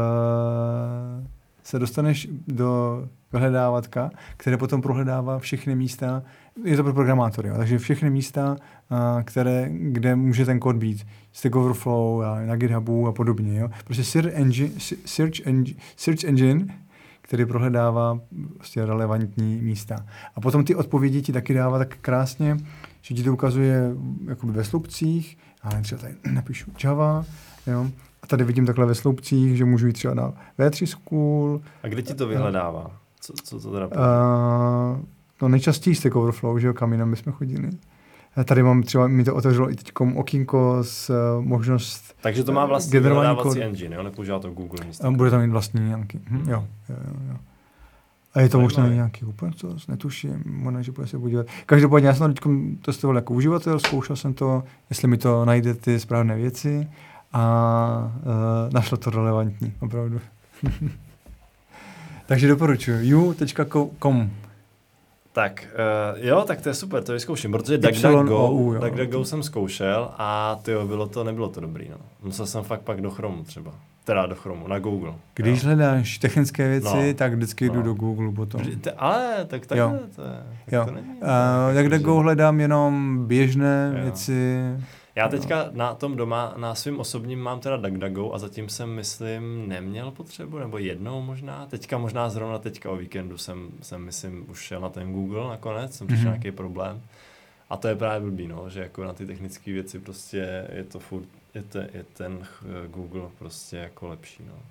uh, se dostaneš do vyhledávatka, které potom prohledává všechny místa, je to pro programátory, jo, takže všechny místa, uh, které, kde může ten kód být. Stack Overflow, a na GitHubu a podobně. Jo. Prostě search engine, search engine, search engine, který prohledává prostě relevantní místa. A potom ty odpovědi ti taky dává tak krásně, že ti to ukazuje jakoby ve sloupcích, a třeba tady napíšu Java, jo. A tady vidím takhle ve sloupcích, že můžu jít třeba na vé tři School. A kde ti to vyhledává? Co, co to teda uh, no nejčastěji Stack Overflow, že jo, kam jinam bychom chodili. A tady mám třeba, mi to otevřelo i teďkom okýnko s uh, možnost... Takže to má vlastně vyhledávací engine, jo? Nepoužívá to Google místo. A bude tam mít vlastní nějaký, hm, jo, jo, jo. A je to možná nějaký open source, netuším, možná, že bude se podívat. Každopádně já jsem to teďkom testoval jako uživatel, zkoušel jsem to, jestli mi to najde ty správné věci a uh, našlo to relevantní, opravdu. Takže doporučuji, u tečka com. Tak, uh, jo, tak to je super, to vyzkouším, protože DuckDuckGo, DuckDuckGo jsem zkoušel a tyjo, bylo to, nebylo to dobrý, no. Musel jsem fakt pak do Chromu třeba, teda do Chromu, na Google. Když jo. hledáš technické věci, no. tak vždycky jdu no. do Google potom. Ale, tak takhle to je, tak jo. to není. Uh, DuckDuckGo hledám jenom běžné jo. věci. Já teďka na tom doma, na svým osobním mám teda DuckDuckGo a zatím jsem, myslím, neměl potřebu, nebo jednou možná. Teďka možná zrovna teďka o víkendu jsem, jsem myslím, už šel na ten Google nakonec, jsem přišel mm-hmm. nějaký problém. A to je právě blbý, no, že jako na ty technické věci prostě je to furt, je, te, je ten Google prostě jako lepší, no.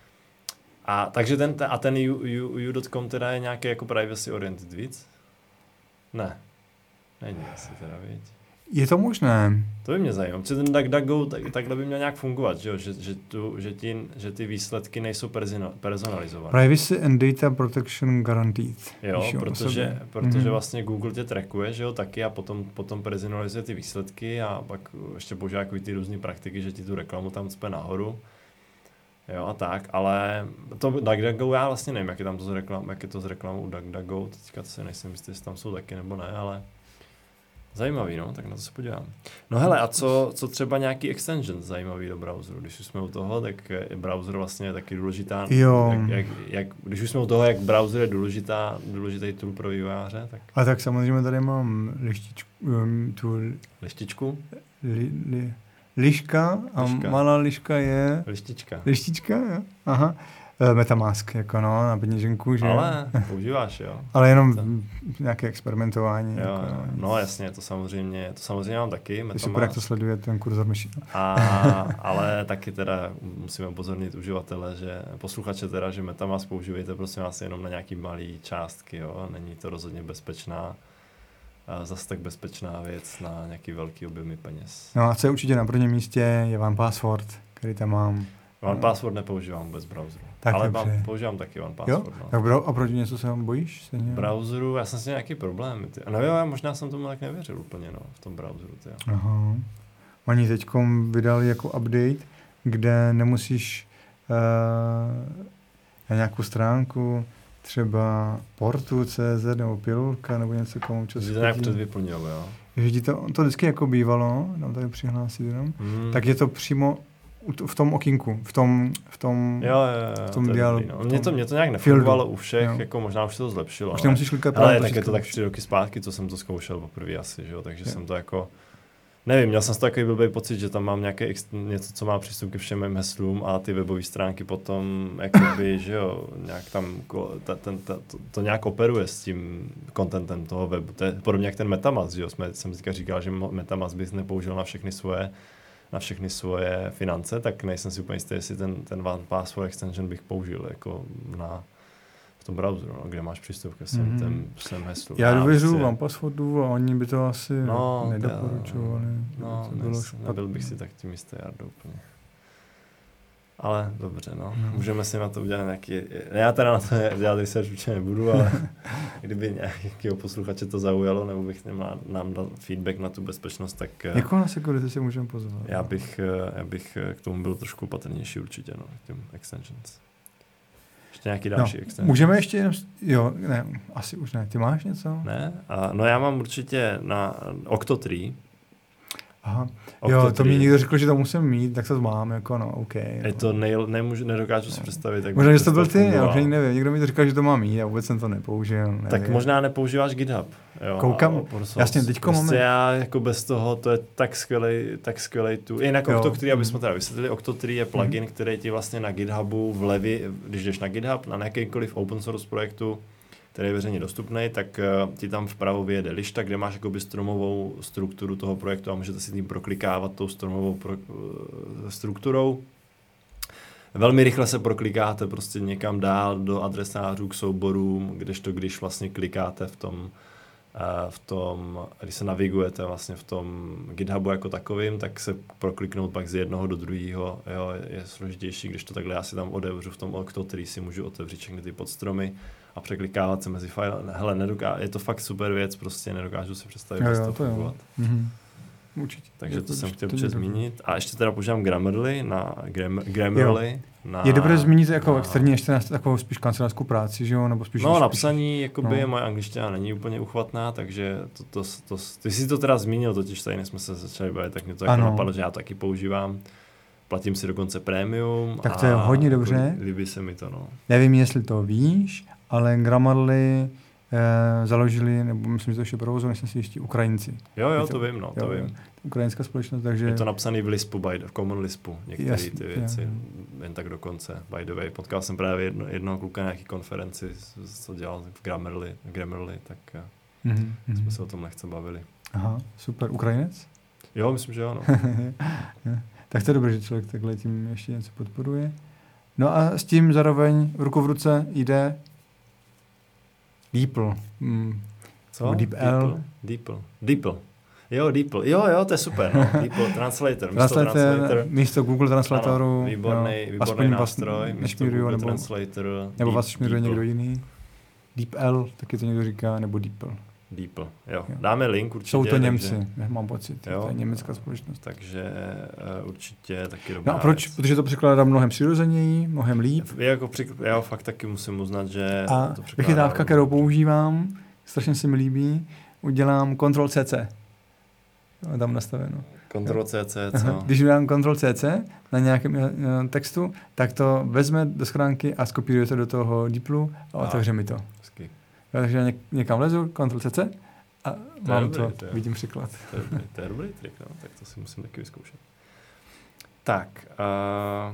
A takže ten, a ten u tečka com teda je nějaký jako privacy oriented víc? Ne. Není asi teda, víc. Je to možné. To by mě zajímalo, protože ten DuckDuckGo tak, takhle by měl nějak fungovat, že, že, že, tu, že, ti, že ty výsledky nejsou personalizované. Privacy and data protection guaranteed. Jo, protože, protože mm-hmm. vlastně Google tě trackuje, že jo, taky a potom, potom personalizuje ty výsledky a pak ještě používá jako ty různé praktiky, že ti tu reklamu tam cpe nahoru. Jo a tak, ale to DuckDuckGo já vlastně nevím, jak je tam to z reklam, jak je to z reklamou u DuckDuckGo, teďka se nejsem jistý, jestli tam jsou taky nebo ne, ale Zajímavý, no, tak na to se podívám. No hele, a co, co třeba nějaký extension zajímavý do browseru? Když už jsme u toho, tak browser vlastně je taky důležitá. Jo. Jak, jak, jak, když už jsme u toho, jak browser je důležitá, důležitý tool pro vývojáře, tak... A tak samozřejmě tady mám lištičku, um, tu... Lištičku? Li, li, liška a liška. malá liška je... Lištička. Lištička, jo. Aha. Metamask, jako no, na peněženku, že? Ale používáš, jo. Ale jenom to... nějaké experimentování. Jo, jako, jo. No jasně, to samozřejmě, to samozřejmě mám taky. Je super, jak to sleduje ten kurzor myši. A, ale taky teda musíme upozornit uživatele, že posluchače teda, že Metamask používejte prosím vás jenom na nějaký malý částky, jo. Není to rozhodně bezpečná, zase tak bezpečná věc na nějaký velký objemy peněz. No a co je určitě na prvním místě, je OnePassword, který tam mám. OnePassword nepoužívám vůbec browseru. Tak ale mám, používám taky OnePassword. No. Tak bro, a proč něco se vám bojíš? V browseru, já jsem si nějaký problém. A nevím, já možná jsem tomu tak nevěřil úplně, no, v tom browseru. Tyjo. Aha. Oni teďkom vydali jako update, kde nemusíš uh, na nějakou stránku, třeba portu tečka cé zet nebo pilulka nebo něco komu čas. Že to nějak předvyplnil, jo. Že to, to vždycky jako bývalo, dám tady přihlásit jenom, hmm. tak je to přímo v tom okýnku, v tom, v tom, jo, jo, jo, v tom dialogu. No. Mě, to, mě to nějak nefungovalo u všech, jo. Jako možná už se to zlepšilo. Už nemusíš klikat právě. Ale tak je to tak tři roky zpátky, co jsem to zkoušel poprvé asi, že jo, takže jo. jsem to jako, nevím, měl jsem takový blbý pocit, že tam mám nějaké něco, co má přístup ke všem mým heslům a ty webové stránky potom, jakoby, že jo, nějak tam, ta, ten, ta, to, to nějak operuje s tím contentem toho webu. To je podobně jak ten Metamask, že jo, jsme, jsem teďka říkal, že Metamask bys nepoužil na všechny svoje na všechny svoje finance, tak nejsem si úplně jistý, jestli ten, ten OnePassword extension bych použil jako na, v tom browseru, no, kde máš přístup ke svým mm-hmm. těm heslům. Já důvěřuji OnePasswordu a oni by to asi no, nedoporučovali. No, no nebyl bych si tak tím jistý, Jardo, úplně. Ale dobře, no. no. Můžeme si na to udělat nějaký... Já teda na to dělat research určitě nebudu, ale kdyby nějakého posluchače to zaujalo, nebo bych nám, nám dal feedback na tu bezpečnost, tak... Jakou na security si můžeme pozvat? Já bych, já bych k tomu byl trošku opatrnější určitě, no, k těm extensions. Ještě nějaký další no, extensions. Můžeme ještě jenom... Jo, ne, asi už ne. Ty máš něco? Ne? A, no já mám určitě na Octotree. Aha. Jo, to mi někdo řekl, že to musím mít, tak to mám, jako no, OK. Je jo. To nej, nemůžu, nedokážu no. si představit. Jak možná, že to byl ty, já už nevím, někdo mi to říkal, že to mám mít, a vůbec jsem to nepoužil. Nevím. Tak možná nepoužíváš GitHub. Jo, koukám, jasně, teďko prostě máme. já jako bez toho, to je tak skvělej, tak skvělej tu. Jinak Octotree, aby jsme teda vysvětlili, Octotree je plugin, mm. který ti vlastně na GitHubu vlevě, když jdeš na GitHub, na jakýkoliv open source projektu, který je veřejně dostupný, tak uh, ti tam vpravo vyjede lišta, kde máš jakoby stromovou strukturu toho projektu a můžete si tím proklikávat tou stromovou pro, uh, strukturou. Velmi rychle se proklikáte prostě někam dál do adresářů k souborům, kdežto když vlastně klikáte v tom, uh, v tom, když se navigujete vlastně v tom GitHubu jako takovým, tak se prokliknout pak z jednoho do druhého jo, je složitější, když to takhle já si tam otevřu v tom Octotree, si můžu otevřít všechny ty podstromy a překlikávat se mezi file. Hele, nedoká- je to fakt super věc, prostě nedokážu si představit, jak to fungovat. Mm-hmm. Určitě. Takže to, to jsem chtěl určitě zmínit. A ještě teda používám Grammarly na Gram- Grammarly. Na, je dobré zmínit jako na, externí, ještě na takovou spíš kancelářskou práci, že jo? Nebo spíš, no, spíš, napsaní, jakoby no. moje angličtina není úplně uchvatná, takže to, to, to, to, ty jsi to teda zmínil, totiž tady jsme se začali bavit, tak mě to jako napadlo, že já to taky používám. Platím si dokonce prémium. Tak to je hodně dobře. Jako, líbí se mi to, no. Nevím, jestli to víš, ale Grammarly eh, založili, nebo myslím, že to ještě provozovali, myslím si ještě Ukrajinci. Jo, jo, to, to vím, no, to jo, vím. Ukrajinská společnost, takže... Je to napsaný v Lispu, by, v Common Lispu, některé Jasný, ty věci, jo. jen tak dokonce, by the way. Potkal jsem právě jedno, jednoho kluka na nějaký konferenci, co dělal v Grammarly, Grammarly tak mm-hmm. jsme se o tom lehce bavili. Aha, super. Ukrajinec? Jo, myslím, že jo, no. Tak to je dobré, že člověk takhle tím ještě něco podporuje. No a s tím zároveň ruku v ruce jde DeepL. Mm. Co? DeepL. DeepL. DeepL. Jo, DeepL. Jo, jo, to je super. No. DeepL, Translator. Místo, translator, místo Google Translatoru. Ano, výborný, jo. výborný nástroj. Místo Google nebo, Translator. Nebo vás šmíruje někdo jiný. DeepL, taky to někdo říká, nebo DeepL. DeepL, jo. jo. Dáme link určitě. Jsou to Němci, takže... mám pocit. Jo. To je německá společnost. Takže uh, určitě taky dobrá. No a proč? Věc. Protože to překládá mnohem přirozeněji, mnohem líp. Já, jako při... Já fakt taky musím uznat, že a to překládá. vychytávka, kterou používám, strašně se mi líbí, udělám kontrol C C. tam nastaveno. Ctrl C C, co? Když dám Ctrl C C na nějakém uh, textu, tak to vezme do schránky a skopíruje to do toho DeepLu a otevře mi to. Hezky. Takže já něk- někam lezu, Ctrl C C a To mám dobrý, to, to je. vidím příklad. To je, dobrý, to je dobrý trik, no. Tak to si musím taky vyzkoušet. Tak. Uh,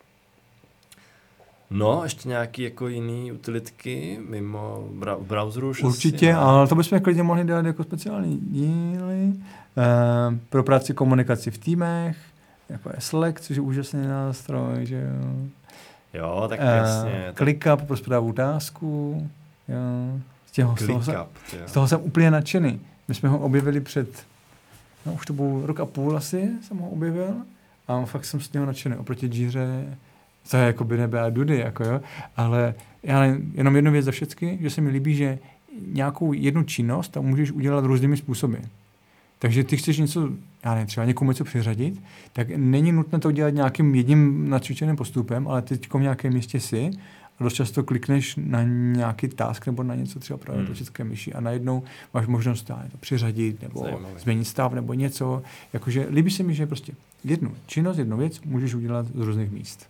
no, ještě nějaký jako jiný utilitky mimo bra- browseru? Už Určitě, asi, ale to bychom klidně mohli dát jako speciální díly. Uh, pro práci komunikaci v týmech, jako je Slack, což je úžasný nástroj, že jo. Jo, tak Uh, jasně. Tak ClickUp pro zprávu tasků, jo. Z, těho, z, toho jsem, ClickUp, z toho jsem úplně nadšený. My jsme ho objevili před, no už to byl rok a půl asi, jsem ho objevil a fakt jsem z něho nadšený. Oproti Jíře, to je jako by nebe a dudy, jako jo, ale já jenom jednu věc za všecky, že se mi líbí, že nějakou jednu činnost tam můžeš udělat různými způsoby. Takže ty chceš něco, já nevím, třeba někomu něco přiřadit, tak není nutné to dělat nějakým jedním nacvičeným postupem, ale teď v nějakém místě si a dost často klikneš na nějaký task nebo na něco třeba právě hmm. do české myši a najednou máš možnost to přiřadit nebo Zajímavý. změnit stav nebo něco. Jakože líbí se mi, že prostě jednu činnost, jednu věc můžeš udělat z různých míst.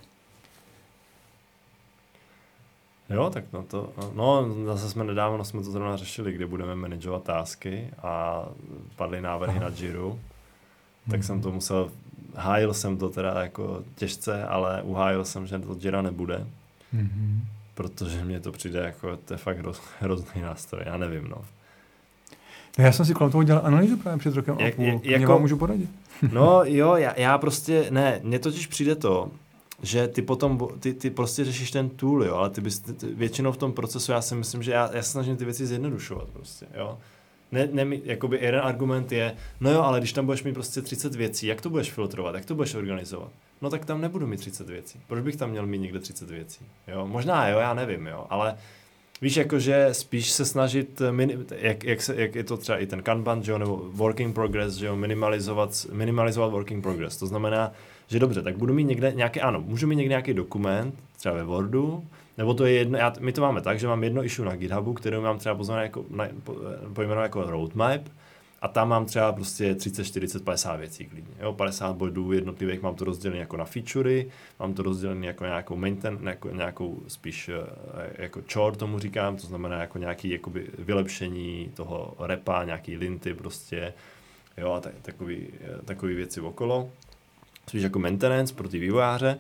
Jo, tak no to, no zase jsme nedávno jsme to zrovna řešili, kde budeme manažovat tásky a padly návrhy Aha. na Jiru, tak hmm. jsem to musel, hájil jsem to teda jako těžce, ale uhájil jsem, že to Jira nebude, hmm. protože mně to přijde jako, to je fakt hroz, hrozný nástroj, já nevím, no. Já jsem si kolem toho dělal analýzu právě před rokem Jak, a půl, jako, mě vám můžu poradit. No jo, já, já prostě, ne, mně totiž přijde to, že ty potom, ty, ty prostě řešíš ten tool, jo, ale ty bys, ty, ty, většinou v tom procesu já si myslím, že já, já se snažím ty věci zjednodušovat prostě, jo. Ne, ne, jakoby jeden argument je, no jo, ale když tam budeš mít prostě třicet věcí, jak to budeš filtrovat, jak to budeš organizovat? No tak tam nebudu mít třicet věcí. Proč bych tam měl mít někde třicet věcí? Jo, možná jo, já nevím, jo, ale víš, jakože spíš se snažit, jak, jak, se, jak je to třeba i ten Kanban, že jo, nebo working progress, že jo, minimalizovat, minimalizovat working progress. To znamená, že dobře, tak budu mít někde nějaký, ano, můžu mít někde nějaký dokument, třeba ve Wordu, nebo to je jedno, já, my to máme tak, že mám jedno issue na GitHubu, kterou mám třeba pozvané jako, po, pojmenovat jako roadmap, a tam mám třeba prostě třicet, čtyřicet, padesát věcí klidně. Jo, padesát bodů jednotlivých, mám to rozdělené jako na featurey, mám to rozdělené jako nějakou maintain, jako nějakou spíš jako chore tomu říkám, to znamená jako nějaký jakoby vylepšení toho repa, nějaký linty prostě, jo, a tak, takový, takový věci okolo. Spíš jako maintenance pro ty vývojáře.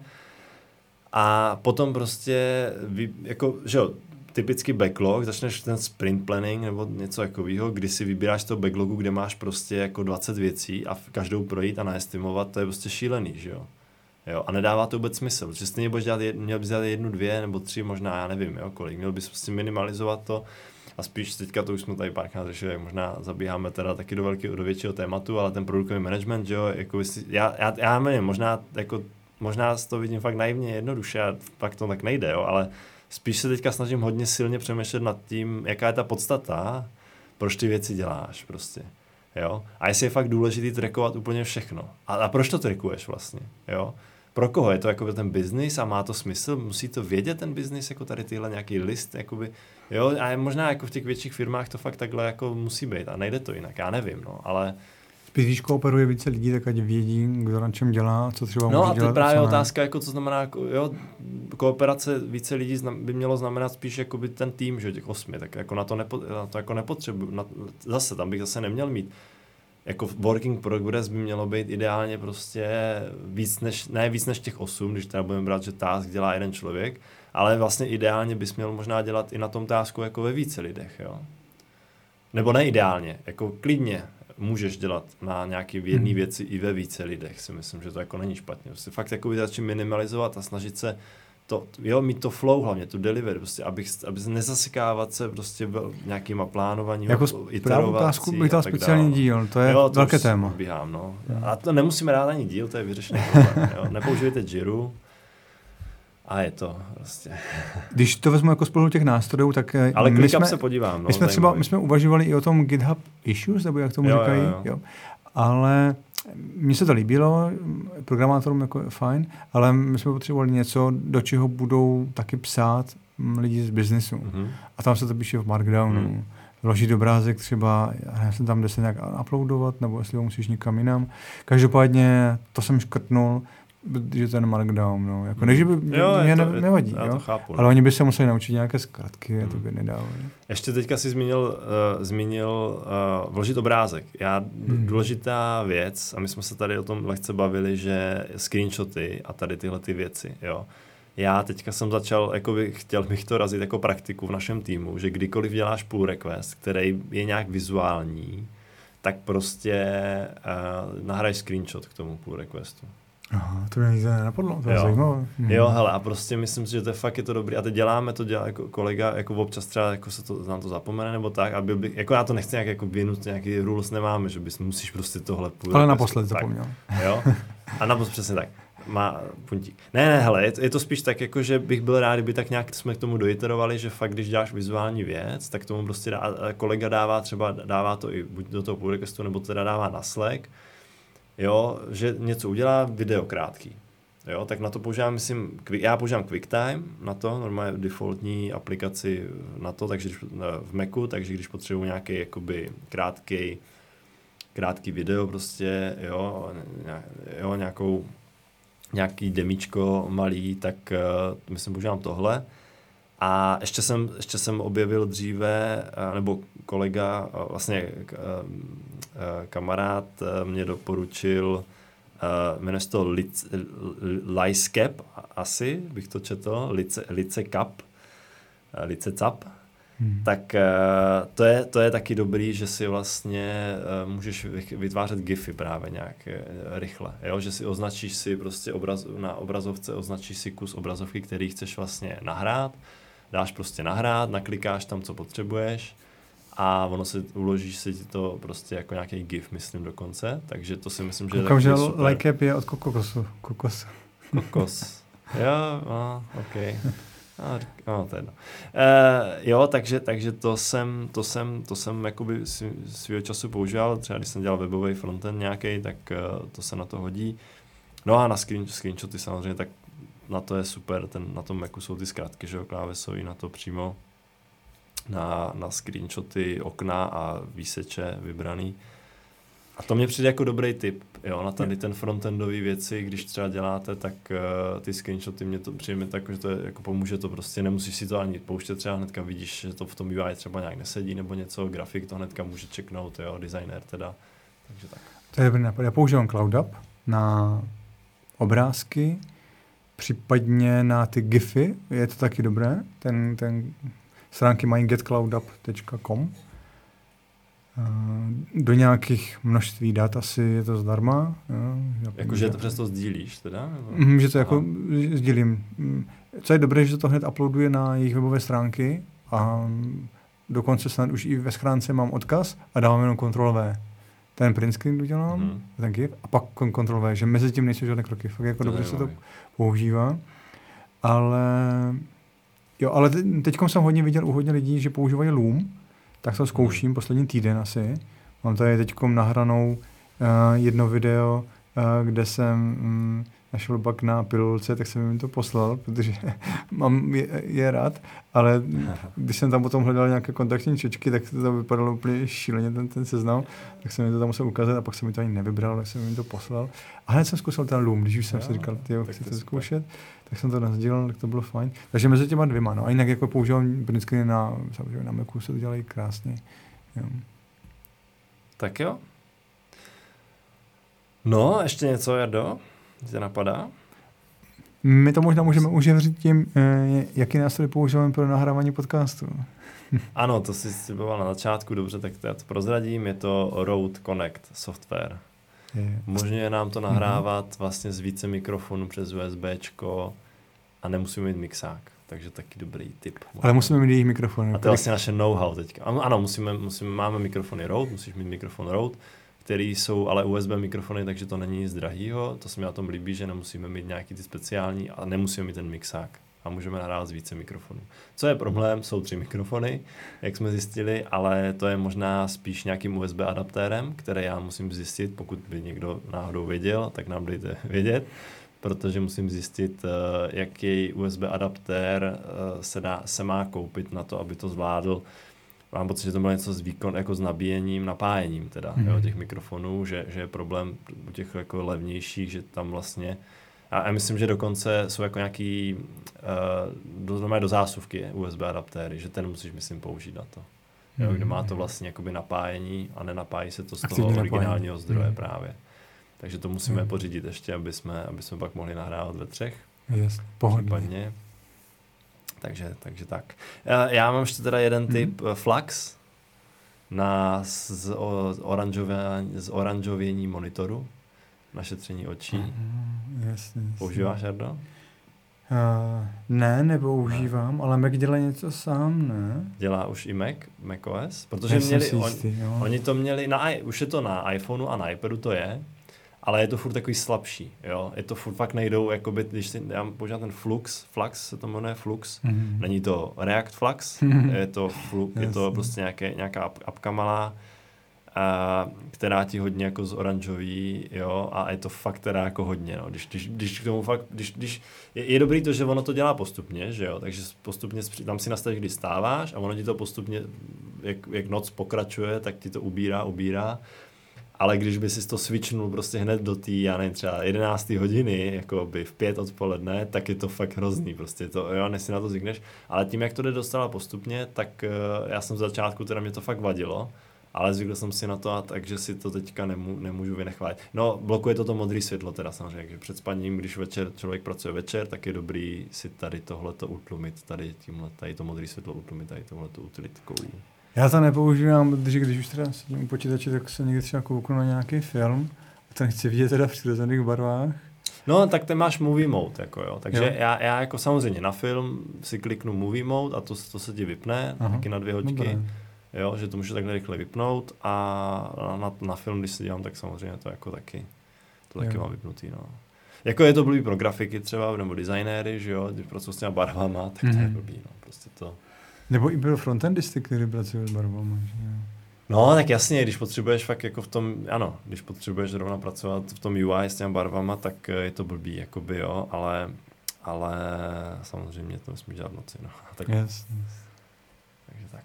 A potom prostě, jako, že jo, typický backlog, začneš ten sprint planning nebo něco takového, kdy si vybíráš toho backlogu, kde máš prostě jako dvacet věcí a každou projít a naestimovat, to je prostě šílený, že jo. Jo, a nedává to vůbec smysl, protože stejně budeš dělat, měl bys dělat jednu, dvě nebo tři, možná, já nevím, jo, kolik, měl bys prostě minimalizovat to a spíš teďka to už jsme tady párkrát řešili, jak možná zabíháme teda taky do velkého, do většího tématu, ale ten produktový management, že jo, jako si, já, já, já nevím, možná jako, možná to vidím fakt naivně jednoduše a fakt to tak nejde, jo, ale spíš se teďka snažím hodně silně přemýšlet nad tím, jaká je ta podstata, proč ty věci děláš prostě, jo. A jestli je fakt důležitý trackovat úplně všechno. A, a proč to trackuješ vlastně, jo. Pro koho? Je to jako ten biznis a má to smysl? Musí to vědět ten biznis, jako tady tyhle nějaký list, jakoby, jo. A možná jako v těch větších firmách to fakt takhle jako musí být a nejde to jinak, já nevím, no, ale Spíš, když kooperuje více lidí, tak ať vědí, kdo na čem dělá, co třeba no může a to dělat. je právě otázka, jako co znamená, jako, jo, kooperace více lidí by mělo znamenat spíš jakoby ten tým, že těch osmi, tak jako na to, nepo, na to jako nepotřebuji, na, zase tam bych zase neměl mít, jako working progress by mělo být ideálně prostě víc než, ne víc než těch osm, když teda budeme brát, že task dělá jeden člověk, ale vlastně ideálně bys měl možná dělat i na tom tasku jako ve více lidech, jo. Nebo ne ideálně, jako klidně můžeš dělat na nějaké jedné věci i ve více lidech, si myslím, že to jako není špatně. Prostě fakt jako začít minimalizovat a snažit se to, jo, mít to flow hlavně, tu delivery, prostě, abych, aby se nezasekávat se prostě nějakýma plánováním, jako iterovací bych dal speciální díl, to je jo, to velké téma. Bíhám, no. A to nemusíme dát ani díl, to je vyřešený problém. Jo. Nepoužívejte Jiru a je to prostě. Když to vezmu jako spolu těch nástrojů, tak ale my jsme, se podívám. No, my jsme třeba, my jsme uvažovali i o tom GitHub Issues, nebo jak tomu jo, říkají, jo, jo. Jo. Ale mně se to líbilo, programátorům jako je fajn, ale my jsme potřebovali něco, do čeho budou taky psát lidi z biznesu. Mm-hmm. A tam se to píše v Markdownu. Mm. vložit obrázek třeba, já jsem tam, kde se nějak uploadovat, nebo jestli ho musíš někam jinam. Každopádně to jsem škrtnul, že ten markdown, no. Jako, než by jo, mě to, ne, nevadí, já jo? to chápu, no. Ale oni by se museli naučit nějaké zkratky, hmm. to by nedávali. Ještě teďka si zmínil, uh, zmínil uh, vložit obrázek. Já, hmm. důležitá věc, a my jsme se tady o tom lehce bavili, že screenshoty a tady tyhle ty věci, jo. Já teďka jsem začal, jakoby, chtěl bych to razit jako praktiku v našem týmu, že kdykoliv děláš pull request, který je nějak vizuální, tak prostě uh, nahraješ screenshot k tomu pull requestu. Aha, to mě nikdy nenapadlo, to je zajímavé. Hmm. Jo, hele, a prostě myslím si, že to je fakt je to dobrý. A teď děláme to, dělá jako kolega, jako občas třeba jako se to, nám to zapomene nebo tak, aby by, jako já to nechci nějak jako vynutit, nějaký rules nemáme, že bys musíš prostě tohle půl. Ale naposled zapomněl. Jo, a naposled přesně tak. Má puntík. Ne, ne, hele, je to, je to spíš tak, jako, že bych byl rád, kdyby tak nějak jsme k tomu doiterovali, že fakt, když děláš vizuální věc, tak tomu prostě dá, kolega dává třeba, dává to i buď do toho pull requestu, nebo teda dává na Slack, jo, že něco udělá, video krátký. Jo, tak na to používám, myslím, já používám QuickTime na to, normálně defaultní aplikaci na to, takže když, v Macu, takže když potřebuji nějaký jakoby krátký, krátký video prostě, jo, jo, nějakou nějaký demíčko malý, tak uh, myslím, používám tohle. A ještě jsem, ještě jsem objevil dříve, uh, nebo kolega, uh, vlastně uh, uh, kamarád uh, mě doporučil, uh, jmenuje se to Lice, Licecap, asi bych to četl, Lice, Licecap, uh, Licecap. Hmm. Tak uh, to, je, to je taky dobrý, že si vlastně uh, můžeš vytvářet gify právě nějak uh, rychle, jo? Že si označíš si prostě obraz, na obrazovce, označíš si kus obrazovky, který chceš vlastně nahrát, dáš prostě nahrát, naklikáš tam, co potřebuješ a ono si uložíš si to prostě jako nějaký gif, myslím dokonce, takže to si myslím, že Koukám, je taky super. Licecap je od kokosu. Kokos. Kokos. Jo, no, okej. Okay. No, no, to je no. E, jo, takže, takže to jsem, to jsem, to jsem jakoby svýho času používal, třeba když jsem dělal webový frontend nějaký, tak uh, to se na to hodí. No a na screen, screenshoty samozřejmě, tak na to je super, ten, na tom Macu jsou ty zkrátky, že jo, klávesový, na to přímo na, na screenshoty okna a výseče vybraný. A to mě přijde jako dobrý tip, jo, na tady ten frontendový věci, když třeba děláte, tak uh, ty screenshoty mě to přijme tak, že to je, jako pomůže to prostě, nemusíš si to ani pouštět, třeba hnedka vidíš, že to v tom U I třeba nějak nesedí nebo něco, grafik to hnedka může checknout, jo, designer teda, takže tak. To je dobrý nápad, já používám CloudUp na obrázky, případně na ty gify, je to taky dobré, ten, ten stránky mají get cloudup tečka com. Do nějakých množství dat asi je to zdarma. Jakože to přesto sdílíš teda? Mm, že to jako sdílím. Co je dobré, že to hned uploaduje na jejich webové stránky a dokonce snad už i ve schránce mám odkaz a dávám jenom kontrol V. Ten print screen udělám, mm. ten gif, a pak kontrol V, že mezi tím nejsou žádné kroky. Fakt jako to dobře se to používá. Ale jo, ale teď jsem hodně viděl u hodně lidí, že používají Loom, tak to zkouším poslední týden asi. Mám tady teď nahranou uh, jedno video, uh, kde jsem um, našel bug na pilulce, tak jsem jim to poslal, protože mám je, je rád, ale když jsem tam potom hledal nějaké kontaktní čočky, tak to tam vypadalo úplně šíleně ten, ten seznam, tak jsem mi to tam musel ukázat a pak jsem mi to ani nevybral, tak jsem jim to poslal. A hned jsem zkusil ten Loom, když už jsem jo, si říkal, tyjo, chci to zkoušet, tak jsem to nasdělal, tak to bylo fajn. Takže mezi těma dvěma, no a jinak jako používám print screen na, na Macu, se to dělají krásně. Jo. Tak jo. No, ještě něco, Jardo? Tě napadá? My to možná můžeme uzavřít tím, jaký nástroj používáme pro nahrávání podcastu. Ano, to si sliboval na začátku, dobře, tak to já to prozradím. Je to Rode Connect software. Je. Umožňuje nám to nahrávat mm-hmm. vlastně z více mikrofonů přes USBčko a nemusíme mít mixák. Takže taky dobrý tip. Ale musíme mít jejich mikrofony. A to je vlastně naše know-how teďka. Ano, musíme, musíme, máme mikrofony Rode, musíš mít mikrofon Rode, který jsou ale U S B mikrofony, takže to není nic drahýho. To se mi na tom líbí, že nemusíme mít nějaký ty speciální a nemusíme mít ten mixák. A můžeme nahrávat z více mikrofonů. Co je problém, jsou tři mikrofony, jak jsme zjistili, ale to je možná spíš nějakým U S B adaptérem, který já musím zjistit, pokud by někdo náhodou věděl, tak nám dejte vědět, protože musím zjistit, jaký U S B adaptér se, dá, se má koupit na to, aby to zvládl. mám pocit, že to bylo něco s výkon, jako s nabíjením, napájením teda, mm. jo, těch mikrofonů, že, že je problém u těch jako levnějších, že tam vlastně, a já myslím, že dokonce jsou jako nějaký, uh, do, do zásuvky U S B adaptéry, že ten musíš, myslím, použít na to. Jo, kde má to vlastně jakoby napájení a nenapájí se to z Aktivní toho napájení. originálního zdroje mm. právě. Takže to musíme mm. pořídit ještě, aby jsme, aby jsme pak mohli nahrávat ve třech. Yes, pohodlně. Případně. Takže, takže tak. Já mám ještě teda jeden typ mm. Flux na z, o, z oranžovění monitoru, na šetření očí. Mm, jasně, jasně. Používáš, Jardo? Uh, ne, nepoužívám, ne. Ale Mac dělá něco sám, ne? Dělá už i Mac, macOS, protože Nejsem měli, si jistý, on, oni to měli, na, už je to na iPhoneu a na iPadu to je, ale je to furt takový slabší, jo, je to furt fakt nejdou, jakoby, když si, já používám ten Flux, Flux se to jmenuje Flux, mm-hmm. není to React Flux, mm-hmm. je to Flux, je to prostě nějaké, nějaká apka malá, a, která ti hodně jako zoranžoví, jo, a je to fakt teda jako hodně, no, když, když, když k tomu fakt, když, když, je, je dobrý to, že ono to dělá postupně, že jo, takže postupně, tam si nastavíš, kdy stáváš a ono ti to postupně, jak, jak noc pokračuje, tak ti to ubírá, ubírá, ale když by si to switchnul prostě hned do té, já nevím, třeba jedenácté hodiny, jako by v pět odpoledne, tak je to fakt hrozný, prostě to, jo, než si na to zvykneš, ale tím, jak to jde dostala postupně, tak uh, já jsem v začátku, teda mě to fakt vadilo, ale zvykl jsem si na to, a takže si to teďka nemů, nemůžu vynechat. No, blokuje to to modré světlo teda samozřejmě, takže před spaním, když večer člověk pracuje večer, tak je dobrý si tady tohleto utlumit, tady tímhle, tady to modré světlo utlumit, tady tohleto utilitkou. Já to nepoužívám, protože když už teda sedím u počítače, tak se někdy třeba kouknu na nějaký film a ten chci vidět teda v přirozených barvách. No, tak ten máš movie mode, jako jo. Takže jo. Já, já jako samozřejmě na film si kliknu movie mode a to, to se ti vypne, aha, taky na dvě hoďky. Dobré. Jo, že to můžu takhle rychle vypnout a na, na film, když si dělám, tak samozřejmě to jako taky, to taky jo. mám vypnutý, no. Jako je to blbý pro grafiky třeba, nebo designéry, že jo, když pracuji s těma barvama, tak to mm-hmm. je blbý, no, prostě to. Nebo i pro frontendisty, kteří pracují s barvama, že jo. No, tak jasně, když potřebuješ fakt jako v tom, ano, když potřebuješ zrovna pracovat v tom U I s těma barvama, tak je to blbý, jakoby, jo, ale, ale samozřejmě to nesmí dělat v noci, no. Tak, yes, yes. Takže tak.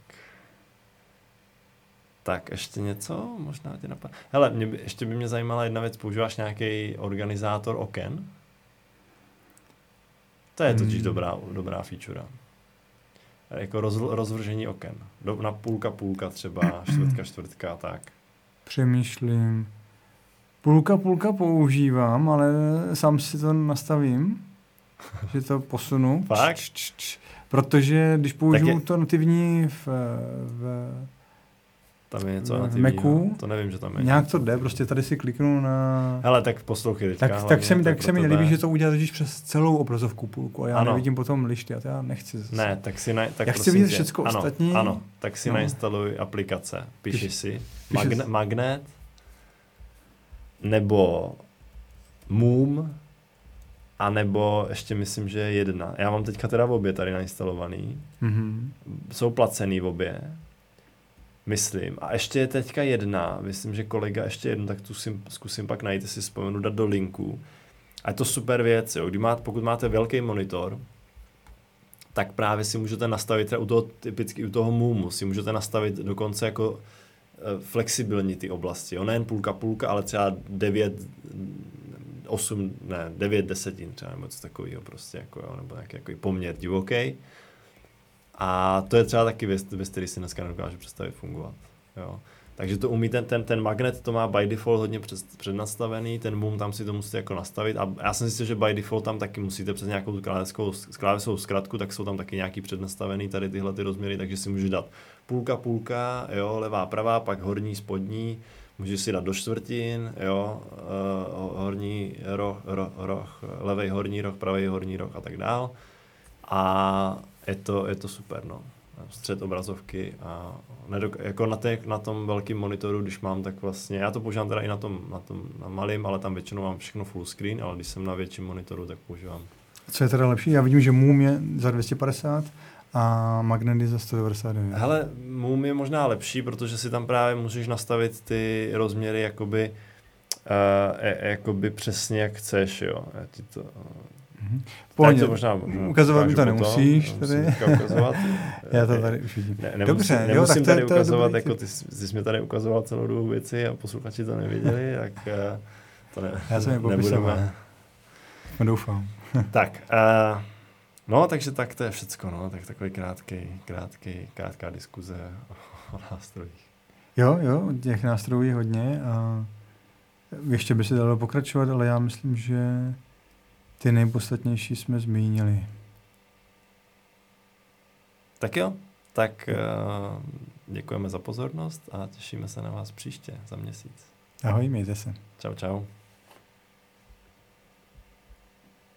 Tak ještě něco? Možná tě napadá. Hele, mě by, ještě by mě zajímala jedna věc. Používáš nějaký organizátor oken? To je totiž hmm. dobrá, dobrá feature. Jako roz, rozvržení oken. Do, na půlka, půlka třeba, čtvrtka, čtvrtka, tak. Přemýšlím. Půlka, půlka používám, ale sám si to nastavím, že to posunu. Fakt? Č, č, č. Protože když použiju je... to nativní v... v tam je něco v Macu, to nevím, že tam je. Nějak to jde, prostě tady si kliknu na... Hele, tak poslouchej teďka. Tak, tak se mi, tak se mi nelíbí, že to udělat přes celou obrazovku půlku a já ano. nevidím potom lišty a to já nechci zase. Ne, tak si... Na, tak já chci vidět všecko ano, ostatní. Ano, tak si no. nainstaluj aplikace. Píši Píš, si Magne, Magnet nebo Moom a nebo ještě myslím, že jedna. Já mám teďka teda v obě tady nainstalovaný. Mm-hmm. Jsou placený v obě. Myslím. A ještě je teďka jedna, myslím, že kolega ještě jednu, tak tu si, zkusím pak najít, si vzpomenu, dát do linku. A je to super věc, jo. Kdy má, pokud máte velký monitor, tak právě si můžete nastavit, třeba u toho, typicky u toho Moomu, si můžete nastavit dokonce jako uh, flexibilní ty oblasti. Jo. Nejen půlka, půlka, ale třeba devět, osm, ne, devět desetin třeba, nebo něco takového prostě, jako, jo, nebo nějaký jako poměr divoký. A to je třeba taky věc, věc který si dneska nedokážu představit fungovat. Jo. Takže to umí ten, ten, ten magnet, to má by default hodně před, přednastavený, ten Moom tam si to musíte jako nastavit a já jsem zjistil, že by default tam taky musíte přes nějakou klávesovou zkratku, tak jsou tam taky nějaký přednastavený tady tyhle ty rozměry, takže si můžeš dát půlka, půlka, jo, levá, pravá, pak horní, spodní, můžeš si dát do čtvrtin, jo, uh, horní roh, roh, roh, levej horní roh, pravej horní roh a tak dál. A je to, je to super, no. Střed obrazovky a nedok- jako na, té, na tom velkém monitoru, když mám, tak vlastně, já to používám teda i na tom, na tom na malým, ale tam většinou mám všechno full screen, ale když jsem na větším monitoru, tak používám. Co je teda lepší? Já vidím, že Moom je za dvě stě padesát a Magnet je za sto devadesát devět. Hele, Moom je možná lepší, protože si tam právě můžeš nastavit ty rozměry jakoby, uh, jakoby přesně jak chceš, jo. Já ti to... Mm-hmm. Tak to možná, možná ukazovat mi to potom, nemusíš tady. ukazovat. Já to tady už vidím. Ne, nemusím, Dobře, nemusím jo, tak tady to, ukazovat, to jako ty, ty jsi mi tady ukazoval celou dobu věci a posluchači to nevěděli, tak uh, to ne, Já jsem je nebudeme. Doufám. Tak, uh, no, takže tak to je všecko, no, tak takový krátký, krátký, krátká diskuze o, o nástrojích. Jo, jo, těch nástrojů je hodně a ještě by se dalo pokračovat, ale já myslím, že ty nejpodstatnější jsme zmínili. Tak jo, tak uh, děkujeme za pozornost a těšíme se na vás příště, za měsíc. Ahoj, mějte se. Čau, čau.